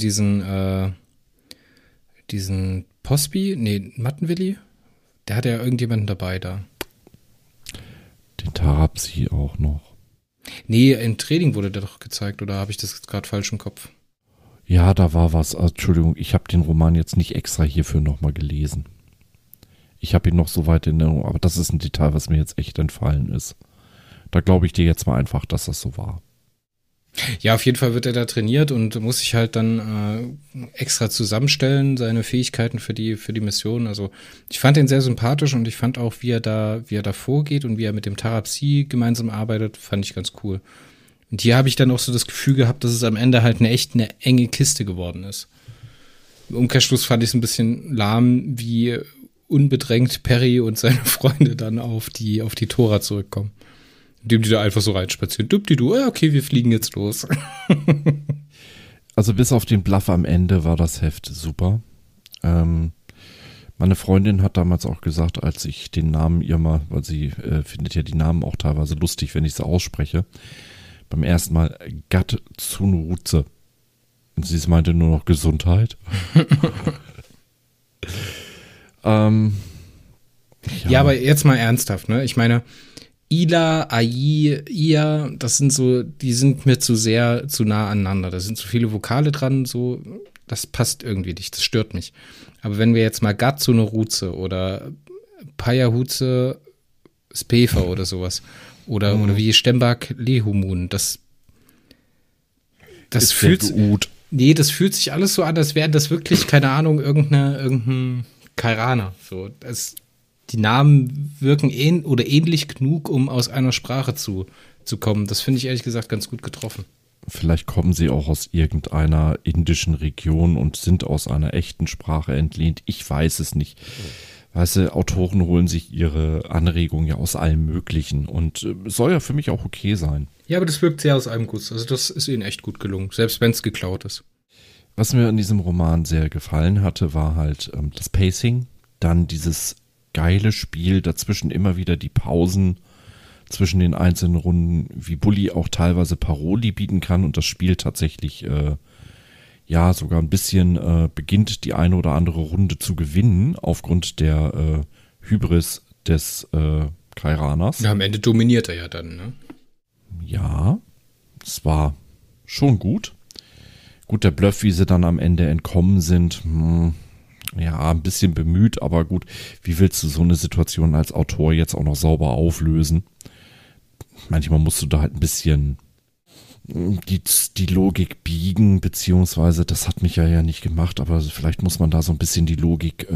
Mattenwilli, der hat ja irgendjemanden dabei da. Den Tarabsi auch noch. Nee, im Training wurde der doch gezeigt, oder habe ich das jetzt gerade falsch im Kopf? Ja, da war was. Entschuldigung, ich habe den Roman jetzt nicht extra hierfür nochmal gelesen. Ich habe ihn noch so weit in Erinnerung, aber das ist ein Detail, was mir jetzt echt entfallen ist. Da glaube ich dir jetzt mal einfach, dass das so war. Ja, auf jeden Fall wird er da trainiert und muss sich halt dann extra zusammenstellen, seine Fähigkeiten für die Mission. Also ich fand ihn sehr sympathisch und ich fand auch, wie er da vorgeht und wie er mit dem Tarabsi gemeinsam arbeitet, fand ich ganz cool. Und hier habe ich dann auch so das Gefühl gehabt, dass es am Ende halt eine enge Kiste geworden ist. Im Umkehrschluss fand ich es ein bisschen lahm, wie unbedrängt Perry und seine Freunde dann auf die Tora zurückkommen. Indem die da einfach so reinspazieren. Okay, wir fliegen jetzt los. Also bis auf den Bluff am Ende war das Heft super. Meine Freundin hat damals auch gesagt, als ich den Namen ihr mal, weil sie findet ja die Namen auch teilweise lustig, wenn ich sie ausspreche, beim ersten Mal Gatsunruze. Und sie meinte nur noch Gesundheit. Ja, aber jetzt mal ernsthaft, ne? Ich meine, Ila, Ai, Ia, das sind so, die sind mir zu nah aneinander. Da sind zu viele Vokale dran, so, das passt irgendwie nicht, das stört mich. Aber wenn wir jetzt mal Gatsuno Ruze oder Payahuze Spefa oder sowas, oder wie Stembak Lehumun, das fühlt das fühlt sich alles so an, als wären das wirklich, keine Ahnung, irgendein Kairaner. So, die Namen wirken ähnlich genug, um aus einer Sprache zu kommen. Das finde ich ehrlich gesagt ganz gut getroffen. Vielleicht kommen sie auch aus irgendeiner indischen Region und sind aus einer echten Sprache entlehnt. Ich weiß es nicht. Weißt du, Autoren holen sich ihre Anregungen ja aus allem Möglichen und soll ja für mich auch okay sein. Ja, aber das wirkt sehr aus einem Guss. Also das ist ihnen echt gut gelungen, selbst wenn es geklaut ist. Was mir in diesem Roman sehr gefallen hatte, war halt das Pacing, dann dieses geile Spiel, dazwischen immer wieder die Pausen zwischen den einzelnen Runden, wie Bully auch teilweise Paroli bieten kann und das Spiel tatsächlich sogar ein bisschen beginnt, die eine oder andere Runde zu gewinnen, aufgrund der Hybris des Kairaners. Ja, am Ende dominiert er ja dann, ne? Ja, es war schon gut. Gut, der Bluff, wie sie dann am Ende entkommen sind, ein bisschen bemüht, aber gut, wie willst du so eine Situation als Autor jetzt auch noch sauber auflösen? Manchmal musst du da halt ein bisschen die Logik biegen, beziehungsweise, das hat mich ja nicht gemacht, aber vielleicht muss man da so ein bisschen die Logik,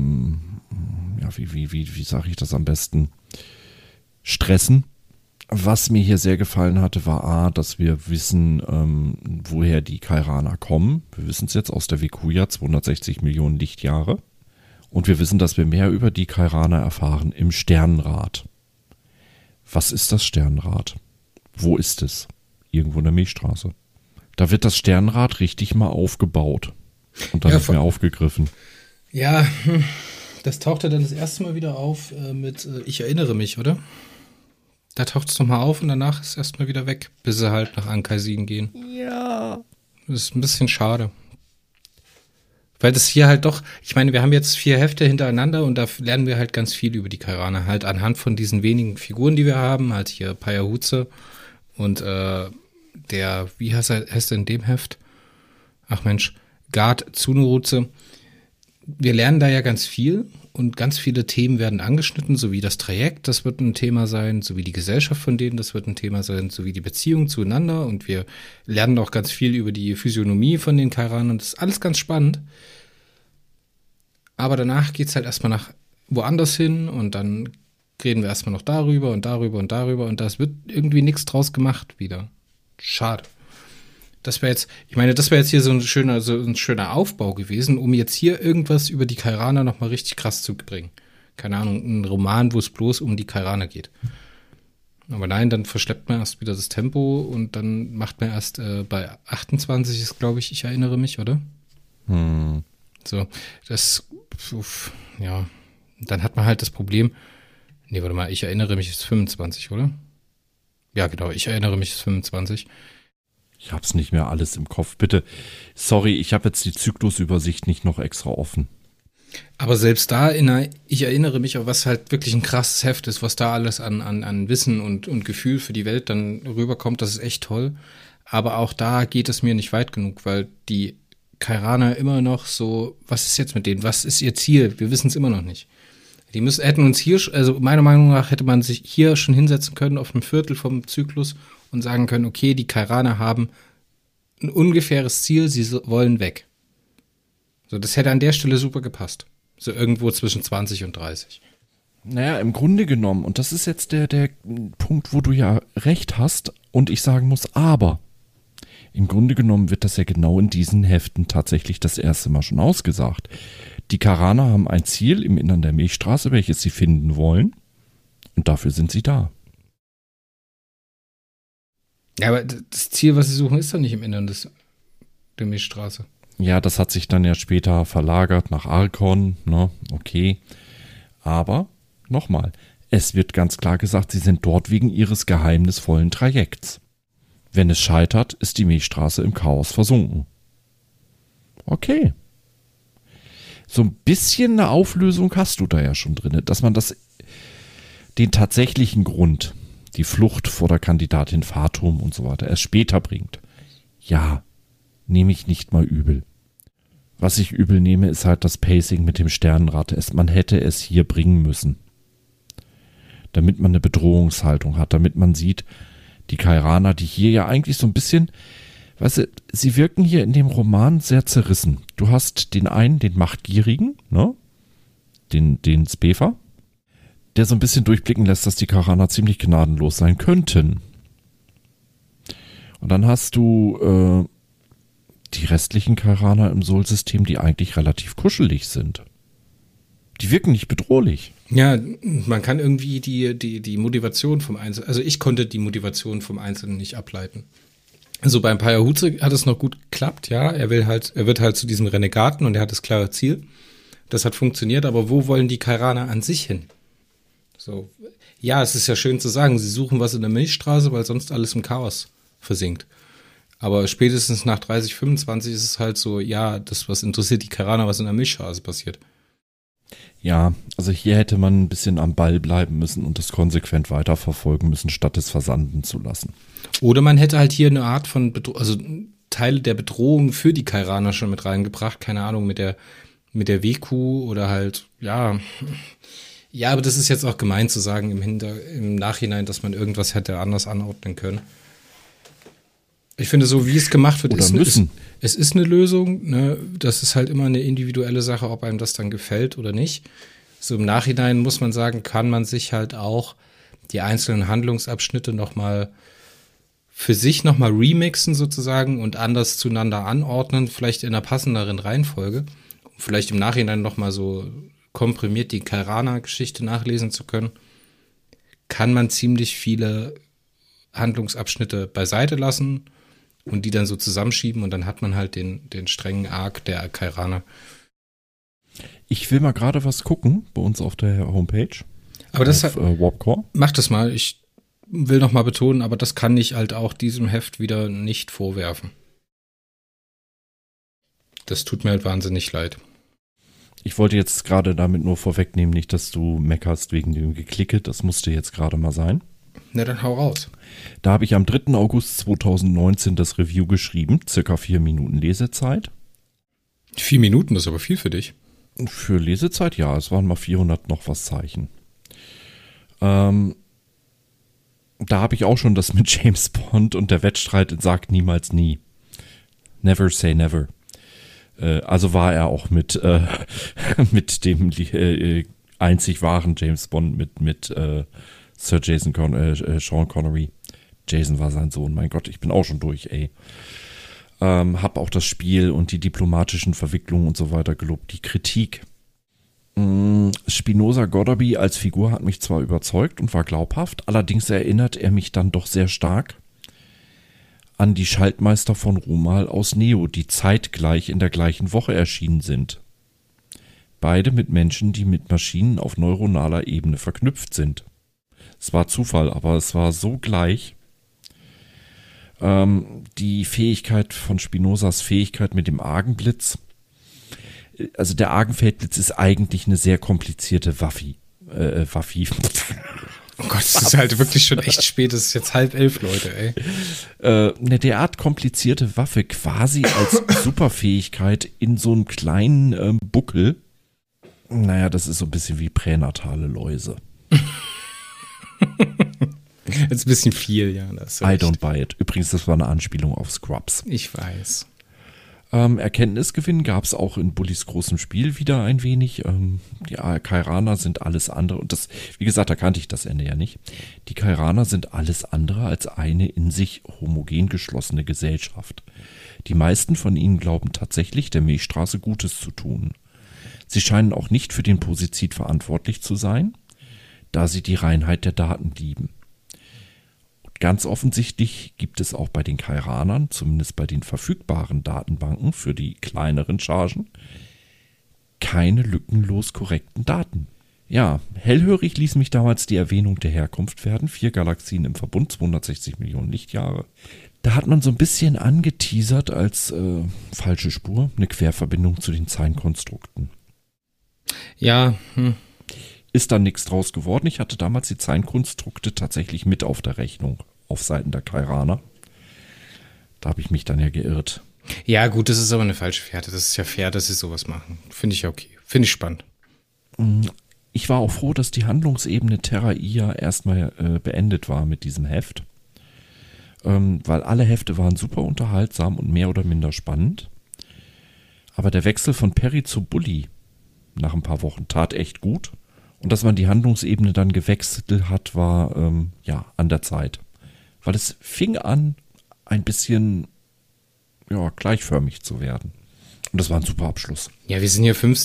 wie sage ich das am besten, stressen. Was mir hier sehr gefallen hatte, war dass wir wissen, woher die Kairaner kommen. Wir wissen es jetzt aus der Vikuya, 260 Millionen Lichtjahre. Und wir wissen, dass wir mehr über die Kairaner erfahren im Sternenrad. Was ist das Sternenrad? Wo ist es? Irgendwo in der Milchstraße. Da wird das Sternenrad richtig mal aufgebaut und dann nicht mehr aufgegriffen. Ja, das tauchte dann das erste Mal wieder auf mit Ich erinnere mich, oder? Da taucht es nochmal auf und danach ist es erstmal wieder weg, bis sie halt nach Ankaisin gehen. Ja. Das ist ein bisschen schade. Weil das hier halt doch, ich meine, wir haben jetzt 4 Hefte hintereinander und da lernen wir halt ganz viel über die Kairaner. Halt anhand von diesen wenigen Figuren, die wir haben, halt hier Payahuze und wie heißt er in dem Heft? Ach Mensch, Guard Tsunoruze. Wir lernen da ja ganz viel. Und ganz viele Themen werden angeschnitten, sowie das Trajekt, das wird ein Thema sein, sowie die Gesellschaft von denen, das wird ein Thema sein, sowie die Beziehung zueinander. Und wir lernen auch ganz viel über die Physiognomie von den Kairanern. Das ist alles ganz spannend. Aber danach geht es halt erstmal nach woanders hin und dann reden wir erstmal noch darüber und darüber und darüber und das wird irgendwie nichts draus gemacht wieder. Schade. Das wäre jetzt hier so ein schöner Aufbau gewesen, um jetzt hier irgendwas über die Kairaner nochmal richtig krass zu bringen. Keine Ahnung, ein Roman, wo es bloß um die Kairaner geht. Aber nein, dann verschleppt man erst wieder das Tempo und dann macht man erst bei 28 ist, glaube ich erinnere mich, oder? So, dann hat man halt das Problem, ich erinnere mich, ist 25, oder? Ja, genau, ich erinnere mich, ist 25. Ich hab's nicht mehr alles im Kopf. Bitte, sorry, ich habe jetzt die Zyklusübersicht nicht noch extra offen. Aber selbst da, ich erinnere mich, auf was halt wirklich ein krasses Heft ist, was da alles an Wissen und Gefühl für die Welt dann rüberkommt, das ist echt toll. Aber auch da geht es mir nicht weit genug, weil die Kairaner immer noch so, was ist jetzt mit denen? Was ist ihr Ziel? Wir wissen es immer noch nicht. Hätten uns hier, also meiner Meinung nach, hätte man sich hier schon hinsetzen können auf einem Viertel vom Zyklus und sagen können, okay, die Kairaner haben ein ungefähres Ziel, sie wollen weg. So, das hätte an der Stelle super gepasst. So irgendwo zwischen 20 und 30. Naja, im Grunde genommen, und das ist jetzt der Punkt, wo du ja recht hast und ich sagen muss, aber im Grunde genommen wird das ja genau in diesen Heften tatsächlich das erste Mal schon ausgesagt. Die Kairaner haben ein Ziel im Innern der Milchstraße, welches sie finden wollen und dafür sind sie da. Ja, aber das Ziel, was sie suchen, ist doch nicht im Innern der Milchstraße. Ja, das hat sich dann ja später verlagert nach Arkon, ne, okay. Aber, nochmal, es wird ganz klar gesagt, sie sind dort wegen ihres geheimnisvollen Trajekts. Wenn es scheitert, ist die Milchstraße im Chaos versunken. Okay. So ein bisschen eine Auflösung hast du da ja schon drin, dass man den tatsächlichen Grund, die Flucht vor der Kandidatin Fatum und so weiter, erst später bringt. Ja, nehme ich nicht mal übel. Was ich übel nehme, ist halt das Pacing mit dem Sternenrad. Man hätte es hier bringen müssen. Damit man eine Bedrohungshaltung hat, damit man sieht, die Kairaner, die hier ja eigentlich so ein bisschen, weißt du, sie wirken hier in dem Roman sehr zerrissen. Du hast den einen, den Machtgierigen, ne? Den Spefa, der so ein bisschen durchblicken lässt, dass die Kairaner ziemlich gnadenlos sein könnten. Und dann hast du die restlichen Kairaner im Sol-System, die eigentlich relativ kuschelig sind. Die wirken nicht bedrohlich. Ja, man kann irgendwie die Motivation vom Einzelnen, also ich konnte die Motivation vom Einzelnen nicht ableiten. Also beim Payahuze hat es noch gut geklappt, ja. Er wird halt zu diesem Renegaten und er hat das klare Ziel. Das hat funktioniert, aber wo wollen die Kairaner an sich hin? So, ja, es ist ja schön zu sagen, sie suchen was in der Milchstraße, weil sonst alles im Chaos versinkt. Aber spätestens nach 30, 25 ist es halt so, ja, das, was interessiert die Kairaner, was in der Milchstraße passiert. Ja, also hier hätte man ein bisschen am Ball bleiben müssen und das konsequent weiterverfolgen müssen, statt es versanden zu lassen. Oder man hätte halt hier eine Art von, also Teile der Bedrohung für die Kairaner schon mit reingebracht, keine Ahnung, mit der WQ oder halt, ja, aber das ist jetzt auch gemein zu sagen im Nachhinein, dass man irgendwas hätte anders anordnen können. Ich finde, so wie es gemacht wird, es ist eine Lösung. Ne? Das ist halt immer eine individuelle Sache, ob einem das dann gefällt oder nicht. So im Nachhinein muss man sagen, kann man sich halt auch die einzelnen Handlungsabschnitte für sich nochmal remixen sozusagen und anders zueinander anordnen, vielleicht in einer passenderen Reihenfolge. Um vielleicht im Nachhinein nochmal so komprimiert die Kairaner-Geschichte nachlesen zu können, kann man ziemlich viele Handlungsabschnitte beiseite lassen und die dann so zusammenschieben und dann hat man halt den strengen Arc der Kairaner. Ich will mal gerade was gucken bei uns auf der Homepage. Aber das auf Warpcore. Mach das mal. Ich will noch mal betonen, aber das kann ich halt auch diesem Heft wieder nicht vorwerfen. Das tut mir halt wahnsinnig leid. Ich wollte jetzt gerade damit nur vorwegnehmen, nicht, dass du meckerst wegen dem Geklicke. Das musste jetzt gerade mal sein. Na, dann hau raus. Da habe ich am 3. August 2019 das Review geschrieben. Circa 4 Minuten Lesezeit. 4 Minuten, das ist aber viel für dich. Für Lesezeit, ja. Es waren mal 400 noch was Zeichen. Da habe ich auch schon das mit James Bond und der Wettstreit sagt niemals nie. Never say never. Also war er auch mit dem einzig wahren James Bond mit Sir Sean Connery. Jason war sein Sohn. Mein Gott, ich bin auch schon durch, ey. Hab auch das Spiel und die diplomatischen Verwicklungen und so weiter gelobt. Die Kritik. Spinoza Gotterby als Figur hat mich zwar überzeugt und war glaubhaft, allerdings erinnert er mich dann doch sehr stark an die Schaltmeister von Romal aus Neo, die zeitgleich in der gleichen Woche erschienen sind. Beide mit Menschen, die mit Maschinen auf neuronaler Ebene verknüpft sind. Es war Zufall, aber es war so gleich. Die Fähigkeit von Spinozas Fähigkeit mit dem Argenblitz. Also der Argenfeldblitz ist eigentlich eine sehr komplizierte Waffe. Oh Gott, es ist halt wirklich schon echt spät. Es ist jetzt 10:30, Leute, ey. Eine derart komplizierte Waffe quasi als Superfähigkeit in so einem kleinen Buckel. Naja, das ist so ein bisschen wie pränatale Läuse. Jetzt ein bisschen viel, ja. I don't buy it. Übrigens, das war eine Anspielung auf Scrubs. Ich weiß. Erkenntnisgewinn gab es auch in Bullys großem Spiel wieder ein wenig. Die Kairaner sind alles andere. Und das, wie gesagt, da kannte ich das Ende ja nicht. Die Kairaner sind alles andere als eine in sich homogen geschlossene Gesellschaft. Die meisten von ihnen glauben tatsächlich, der Milchstraße Gutes zu tun. Sie scheinen auch nicht für den Posizid verantwortlich zu sein, da sie die Reinheit der Daten lieben. Ganz offensichtlich gibt es auch bei den Kairanern, zumindest bei den verfügbaren Datenbanken für die kleineren Chargen, keine lückenlos korrekten Daten. Ja, hellhörig ließ mich damals die Erwähnung der Herkunft werden. 4 Galaxien im Verbund, 260 Millionen Lichtjahre. Da hat man so ein bisschen angeteasert als falsche Spur eine Querverbindung zu den Zeilenkonstrukten. Ja. Ist dann nichts draus geworden. Ich hatte damals die Zeilenkonstrukte tatsächlich mit auf der Rechnung, auf Seiten der Kairaner. Da habe ich mich dann ja geirrt. Ja gut, das ist aber eine falsche Fährte. Das ist ja fair, dass sie sowas machen. Finde ich ja okay. Finde ich spannend. Ich war auch froh, dass die Handlungsebene Terra Ia erstmal beendet war mit diesem Heft. Weil alle Hefte waren super unterhaltsam und mehr oder minder spannend. Aber der Wechsel von Perry zu Bully nach ein paar Wochen tat echt gut. Und dass man die Handlungsebene dann gewechselt hat, war an der Zeit. Weil es fing an, ein bisschen gleichförmig zu werden. Und das war ein super Abschluss. Ja, wir sind hier 5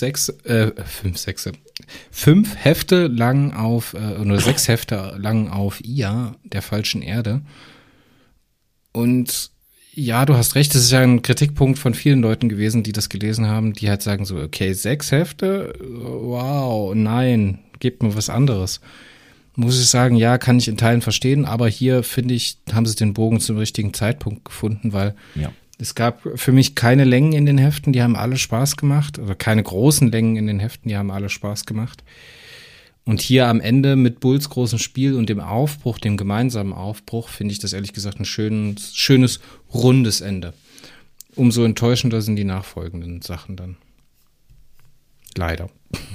Hefte lang auf, oder 6 Hefte lang auf Ia, der falschen Erde. Und ja, du hast recht, das ist ja ein Kritikpunkt von vielen Leuten gewesen, die das gelesen haben, die halt sagen so, okay, 6 Hefte? Wow, nein, gebt mir was anderes. Muss ich sagen, ja, kann ich in Teilen verstehen, aber hier, finde ich, haben sie den Bogen zum richtigen Zeitpunkt gefunden, weil es gab für mich keine Längen in den Heften, die haben alle Spaß gemacht, oder keine großen Längen in den Heften, die haben alle Spaß gemacht. Und hier am Ende mit Bulls großem Spiel und dem Aufbruch, dem gemeinsamen Aufbruch, finde ich das ehrlich gesagt ein schönes, rundes Ende. Umso enttäuschender sind die nachfolgenden Sachen dann. Leider.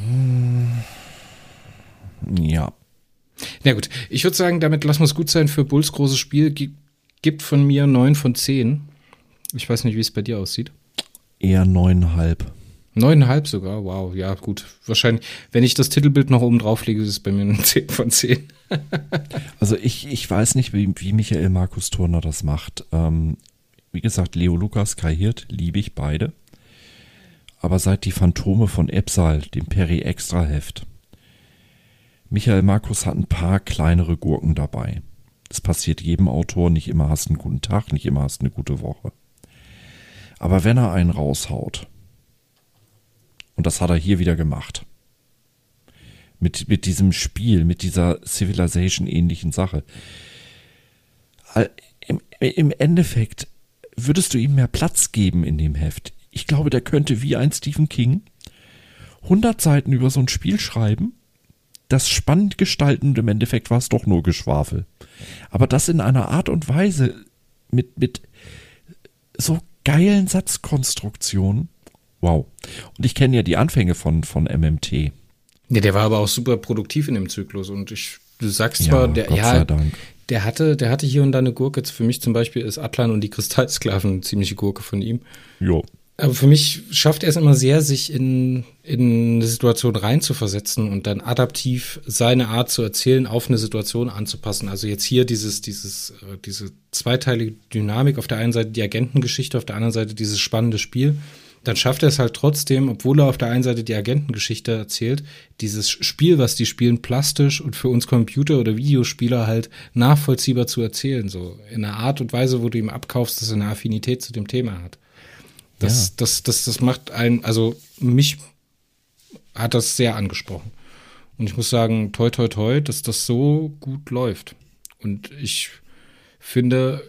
Ja. Na gut, ich würde sagen, damit lassen wir es gut sein für Bulls großes Spiel. Gibt von mir 9 von 10. Ich weiß nicht, wie es bei dir aussieht. Eher 9,5. 9,5 sogar, wow, ja gut. Wahrscheinlich, wenn ich das Titelbild noch oben drauf lege, ist es bei mir eine 10 von 10. Also ich weiß nicht, wie Michael Markus Turner das macht. Wie gesagt, Leo Lukas, Kai Hirt, liebe ich beide. Aber seit die Phantome von Epsal, dem Peri-Extra-Heft, Michael Markus hat ein paar kleinere Gurken dabei. Das passiert jedem Autor, nicht immer hast du einen guten Tag, nicht immer hast du eine gute Woche. Aber wenn er einen raushaut, und das hat er hier wieder gemacht, mit diesem Spiel, mit dieser Civilization-ähnlichen Sache, im Endeffekt würdest du ihm mehr Platz geben in dem Heft. Ich glaube, der könnte wie ein Stephen King 100 Seiten über so ein Spiel schreiben, das spannend gestalten und im Endeffekt war es doch nur Geschwafel. Aber das in einer Art und Weise mit so geilen Satzkonstruktionen. Wow. Und ich kenne ja die Anfänge von MMT. Ja, der war aber auch super produktiv in dem Zyklus und du sagst zwar, Gott sei Dank. Der hatte hier und da eine Gurke. Für mich zum Beispiel ist Atlan und die Kristallsklaven eine ziemliche Gurke von ihm. Jo. Aber für mich schafft er es immer sehr, sich in eine Situation reinzuversetzen und dann adaptiv seine Art zu erzählen auf eine Situation anzupassen. Also jetzt hier diese zweiteilige Dynamik, auf der einen Seite die Agentengeschichte, auf der anderen Seite dieses spannende Spiel. Dann schafft er es halt trotzdem, obwohl er auf der einen Seite die Agentengeschichte erzählt, dieses Spiel, was die spielen, plastisch und für uns Computer- oder Videospieler halt nachvollziehbar zu erzählen. So in einer Art und Weise, wo du ihm abkaufst, dass er eine Affinität zu dem Thema hat. Das macht also mich hat das sehr angesprochen. Und ich muss sagen, toi, toi, toi, dass das so gut läuft. Und ich finde,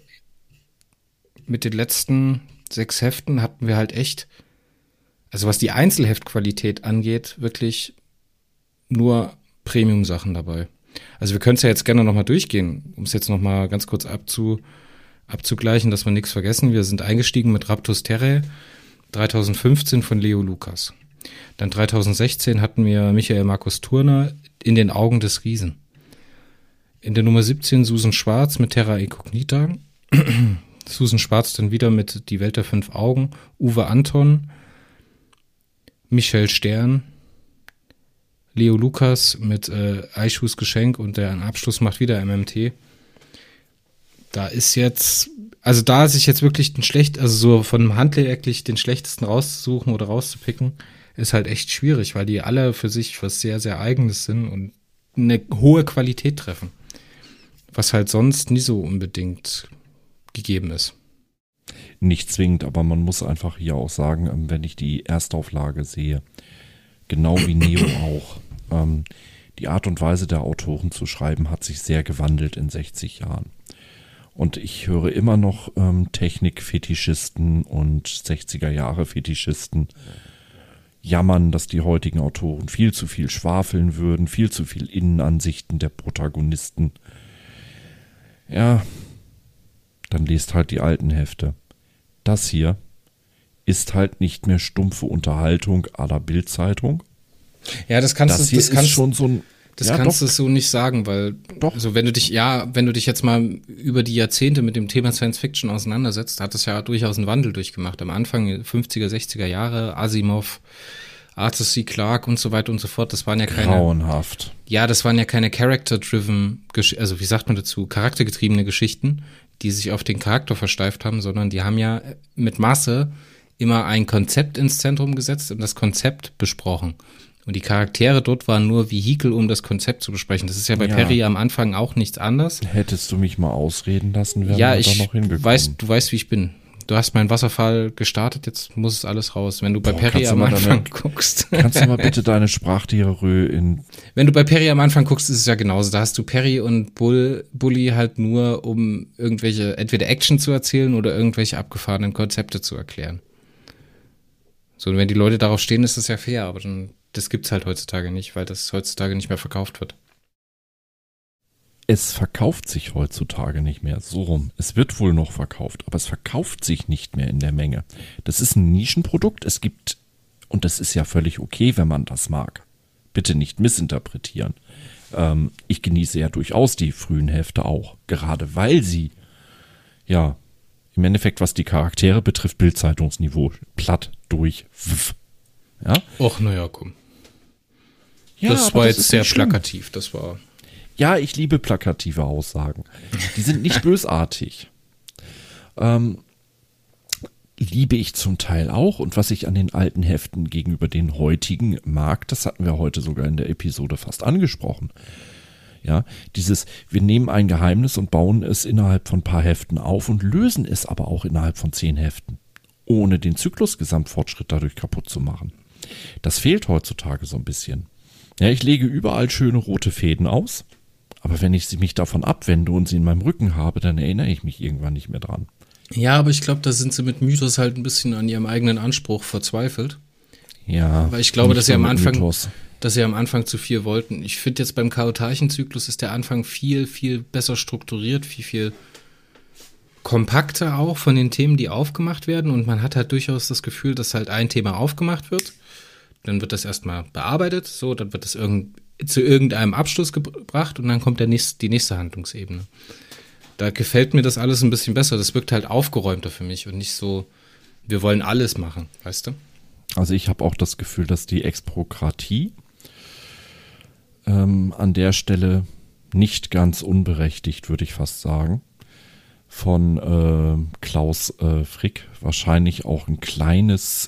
mit den letzten 6 Heften hatten wir halt echt, also was die Einzelheftqualität angeht, wirklich nur Premium-Sachen dabei. Also wir können es ja jetzt gerne nochmal durchgehen, um es jetzt nochmal ganz kurz abzugleichen, dass wir nichts vergessen. Wir sind eingestiegen mit Raptus Terrae, 2015 von Leo Lukas. Dann 2016 hatten wir Michael Markus Turner, In den Augen des Riesen. In der Nummer 17 Susan Schwarz mit Terra Incognita. Susan Schwarz dann wieder mit Die Welt der 5 Augen. Uwe Anton, Michel Stern, Leo Lukas mit Aishus Geschenk und der Abschluss macht wieder MMT. Da ist jetzt, also da sich jetzt wirklich so von handwerklich den schlechtesten rauszusuchen oder rauszupicken, ist halt echt schwierig, weil die alle für sich was sehr, sehr Eigenes sind und eine hohe Qualität treffen. Was halt sonst nie so unbedingt gegeben ist. Nicht zwingend, aber man muss einfach hier auch sagen, wenn ich die Erstauflage sehe, genau wie Neo auch, die Art und Weise der Autoren zu schreiben hat sich sehr gewandelt in 60 Jahren. Und ich höre immer noch Technik-Fetischisten und 60er-Jahre-Fetischisten jammern, dass die heutigen Autoren viel zu viel schwafeln würden, viel zu viel Innenansichten der Protagonisten. Ja, dann lest halt die alten Hefte. Das hier ist halt nicht mehr stumpfe Unterhaltung à la Bild-Zeitung. Ja, das kannst du so nicht sagen, weil doch. Also wenn du dich jetzt mal über die Jahrzehnte mit dem Thema Science Fiction auseinandersetzt, hat es ja durchaus einen Wandel durchgemacht. Am Anfang 50er, 60er Jahre, Asimov, Arthur C. Clarke und so weiter und so fort, das waren ja keine grauenhaft. Ja, das waren ja keine character-driven, also wie sagt man dazu, charaktergetriebene Geschichten, die sich auf den Charakter versteift haben, sondern die haben ja mit Masse immer ein Konzept ins Zentrum gesetzt und das Konzept besprochen. Und die Charaktere dort waren nur Vehikel, um das Konzept zu besprechen. Das ist ja bei Perry am Anfang auch nichts anderes. Hättest du mich mal ausreden lassen, wären wir da noch hingekommen. Du weißt, wie ich bin. Du hast meinen Wasserfall gestartet, jetzt muss es alles raus. Wenn du bei Perry am Anfang guckst. Kannst du mal bitte deine Sprachdiarrhoe Wenn du bei Perry am Anfang guckst, ist es ja genauso. Da hast du Perry und Bully halt nur, um irgendwelche, entweder Action zu erzählen oder irgendwelche abgefahrenen Konzepte zu erklären. So, und wenn die Leute darauf stehen, ist das ja fair, aber das gibt's halt heutzutage nicht, weil das heutzutage nicht mehr verkauft wird. Es verkauft sich heutzutage nicht mehr, so rum. Es wird wohl noch verkauft, aber es verkauft sich nicht mehr in der Menge. Das ist ein Nischenprodukt, und das ist ja völlig okay, wenn man das mag. Bitte nicht missinterpretieren. Ich genieße ja durchaus die frühen Hefte auch, gerade weil sie, ja, im Endeffekt, was die Charaktere betrifft, Bild-Zeitungsniveau, platt durch. Ja? Och, naja, komm. Ja, das war jetzt sehr plakativ, das war... Ja, ich liebe plakative Aussagen. Die sind nicht bösartig. Liebe ich zum Teil auch. Und was ich an den alten Heften gegenüber den heutigen mag, das hatten wir heute sogar in der Episode fast angesprochen. Ja, wir nehmen ein Geheimnis und bauen es innerhalb von ein paar Heften auf und lösen es aber auch innerhalb von 10 Heften, ohne den Zyklus-Gesamtfortschritt dadurch kaputt zu machen. Das fehlt heutzutage so ein bisschen. Ja, ich lege überall schöne rote Fäden aus, aber wenn ich mich davon abwende und sie in meinem Rücken habe, dann erinnere ich mich irgendwann nicht mehr dran. Ja, aber ich glaube, da sind sie mit Mythos halt ein bisschen an ihrem eigenen Anspruch verzweifelt. Ja. Weil ich glaube, dass sie am Anfang zu viel wollten. Ich finde jetzt beim Chaotarchenzyklus ist der Anfang viel, viel besser strukturiert, viel, viel kompakter auch von den Themen, die aufgemacht werden. Und man hat halt durchaus das Gefühl, dass halt ein Thema aufgemacht wird. Dann wird das erstmal bearbeitet, so, dann wird das zu irgendeinem Abschluss gebracht und dann kommt die nächste Handlungsebene. Da gefällt mir das alles ein bisschen besser. Das wirkt halt aufgeräumter für mich und nicht so, wir wollen alles machen, weißt du? Also ich habe auch das Gefühl, dass die Exprokratie an der Stelle nicht ganz unberechtigt, würde ich fast sagen, von Klaus Frick wahrscheinlich auch ein kleines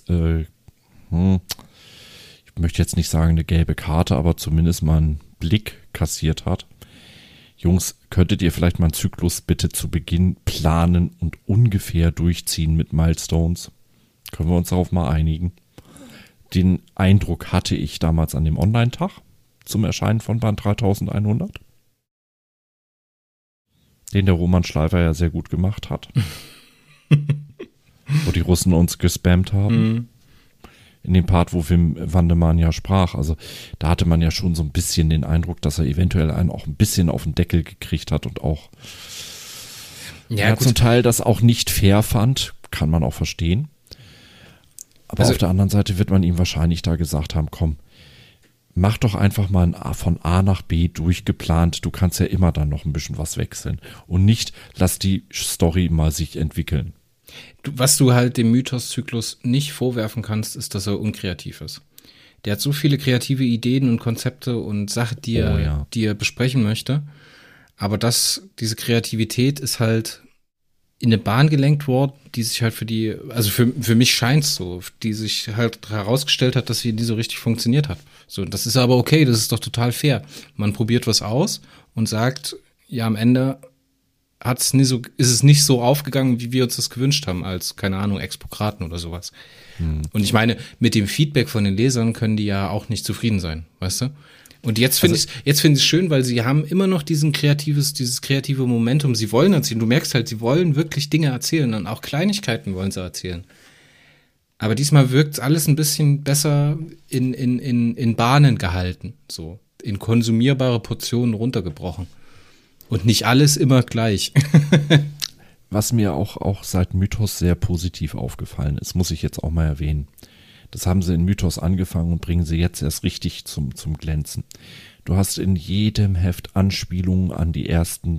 ich möchte jetzt nicht sagen eine gelbe Karte, aber zumindest mal einen Blick kassiert hat. Jungs, könntet ihr vielleicht mal einen Zyklus bitte zu Beginn planen und ungefähr durchziehen mit Milestones? Können wir uns darauf mal einigen? Den Eindruck hatte ich damals an dem Online-Tag zum Erscheinen von Band 3100, den der Roman Schleifer ja sehr gut gemacht hat. Wo die Russen uns gespammt haben. Mhm. In dem Part, wo Wim Wandemann ja sprach. Also da hatte man ja schon so ein bisschen den Eindruck, dass er eventuell einen auch ein bisschen auf den Deckel gekriegt hat und auch zum Teil das auch nicht fair fand. Kann man auch verstehen. Aber also, auf der anderen Seite wird man ihm wahrscheinlich da gesagt haben, komm, mach doch einfach mal von A nach B durchgeplant. Du kannst ja immer dann noch ein bisschen was wechseln. Und nicht, lass die Story mal sich entwickeln. Was du halt dem Mythos-Zyklus nicht vorwerfen kannst, ist, dass er unkreativ ist. Der hat so viele kreative Ideen und Konzepte und Sachen, die er besprechen möchte. Aber diese Kreativität ist halt in eine Bahn gelenkt worden, die sich halt für mich scheint's so, die sich halt herausgestellt hat, dass sie nie so richtig funktioniert hat. So, das ist aber okay, das ist doch total fair. Man probiert was aus und sagt, ja, am Ende ist es nicht so aufgegangen, wie wir uns das gewünscht haben, als, keine Ahnung, Exprokraten oder sowas. Und ich meine, mit dem Feedback von den Lesern können die ja auch nicht zufrieden sein, weißt du? Und jetzt finde ich schön, weil sie haben immer noch dieses kreative Momentum. Sie wollen erzählen. Du merkst halt, sie wollen wirklich Dinge erzählen und auch Kleinigkeiten wollen sie erzählen. Aber diesmal wirkt alles ein bisschen besser in Bahnen gehalten, so in konsumierbare Portionen runtergebrochen. Und nicht alles immer gleich. Was mir auch seit Mythos sehr positiv aufgefallen ist, muss ich jetzt auch mal erwähnen. Das haben sie in Mythos angefangen und bringen sie jetzt erst richtig zum Glänzen. Du hast in jedem Heft Anspielungen an die ersten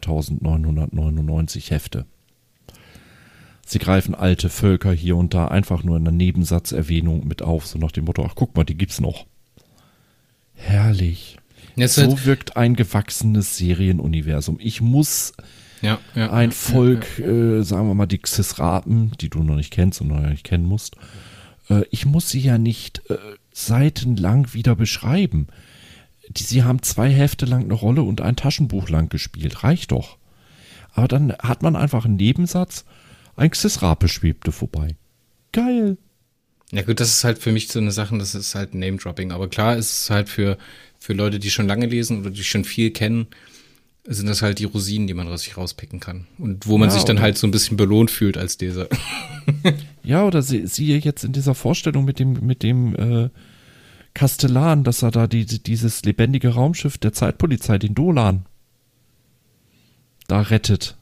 2999 Hefte. Sie greifen alte Völker hier und da einfach nur in einer Nebensatzerwähnung mit auf, so nach dem Motto, ach guck mal, die gibt's noch. Herrlich. So wirkt ein gewachsenes Serienuniversum. Ich muss ein Volk, sagen wir mal die Xisrapen, die du noch nicht kennst und noch nicht kennen musst, ich muss sie ja nicht seitenlang wieder beschreiben. Sie haben 2 Hefte lang eine Rolle und ein Taschenbuch lang gespielt. Reicht doch. Aber dann hat man einfach einen Nebensatz, ein Xisrape schwebte vorbei. Geil. Ja gut, das ist halt für mich so eine Sache, das ist halt Name-Dropping. Aber klar ist es halt für Leute, die schon lange lesen oder die schon viel kennen, sind das halt die Rosinen, die man sich rauspicken kann. Und wo man sich dann halt so ein bisschen belohnt fühlt als Leser. Ja, oder siehe jetzt in dieser Vorstellung mit dem Kastellan, dass er da dieses lebendige Raumschiff der Zeitpolizei, den Dolan, da rettet.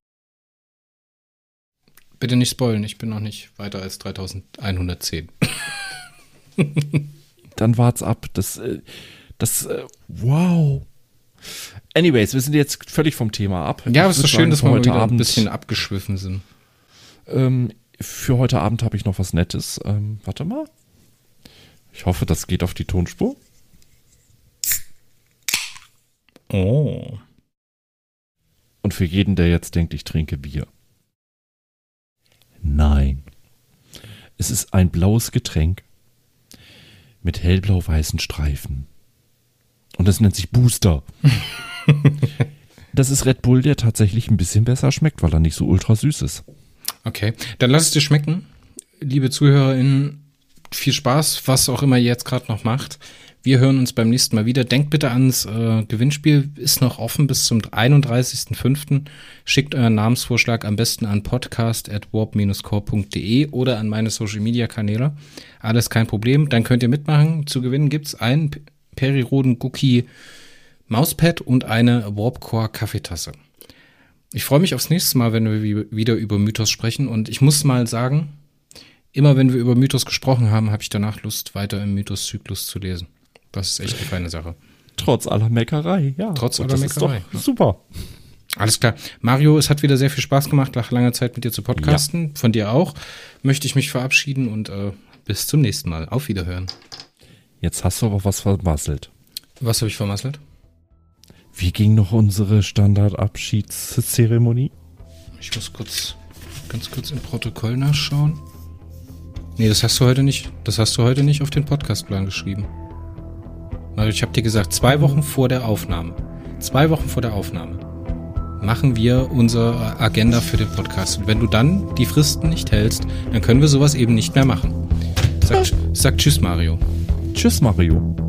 Bitte nicht spoilen, ich bin noch nicht weiter als 3110. Dann wart's ab. Wow. Anyways, wir sind jetzt völlig vom Thema ab. Ja, aber es ist schön, dass wir heute wieder ein bisschen abgeschwiffen sind. Für heute Abend habe ich noch was Nettes. Warte mal. Ich hoffe, das geht auf die Tonspur. Oh. Und für jeden, der jetzt denkt, ich trinke Bier. Nein. Es ist ein blaues Getränk mit hellblau-weißen Streifen. Und das nennt sich Booster. Das ist Red Bull, der tatsächlich ein bisschen besser schmeckt, weil er nicht so ultra süß ist. Okay, dann lass es dir schmecken. Liebe ZuhörerInnen, viel Spaß, was auch immer ihr jetzt gerade noch macht. Wir hören uns beim nächsten Mal wieder. Denkt bitte ans Gewinnspiel, ist noch offen bis zum 31.05. Schickt euren Namensvorschlag am besten an podcast@warp-core.de oder an meine Social-Media-Kanäle. Alles kein Problem, dann könnt ihr mitmachen. Zu gewinnen gibt's einen Periroden Cookie Mauspad und eine Warpcore Kaffeetasse. Ich freue mich aufs nächste Mal, wenn wir wieder über Mythos sprechen. Und ich muss mal sagen, immer wenn wir über Mythos gesprochen haben, habe ich danach Lust, weiter im Mythos-Zyklus zu lesen. Das ist echt eine feine Sache. Trotz aller Meckerei, ja. Trotz aller Meckerei. Ist doch super. Alles klar. Mario, es hat wieder sehr viel Spaß gemacht, nach langer Zeit mit dir zu podcasten. Ja. Von dir auch. Möchte ich mich verabschieden und bis zum nächsten Mal. Auf Wiederhören. Jetzt hast du aber was vermasselt. Was habe ich vermasselt? Wie ging noch unsere Standardabschiedszeremonie? Ich muss ganz kurz im Protokoll nachschauen. Nee, das hast du heute nicht auf den Podcastplan geschrieben. Mario, ich habe dir gesagt, 2 Wochen vor der Aufnahme machen wir unsere Agenda für den Podcast. Und wenn du dann die Fristen nicht hältst, dann können wir sowas eben nicht mehr machen. Sag Tschüss, Mario. Tschüss, Mario.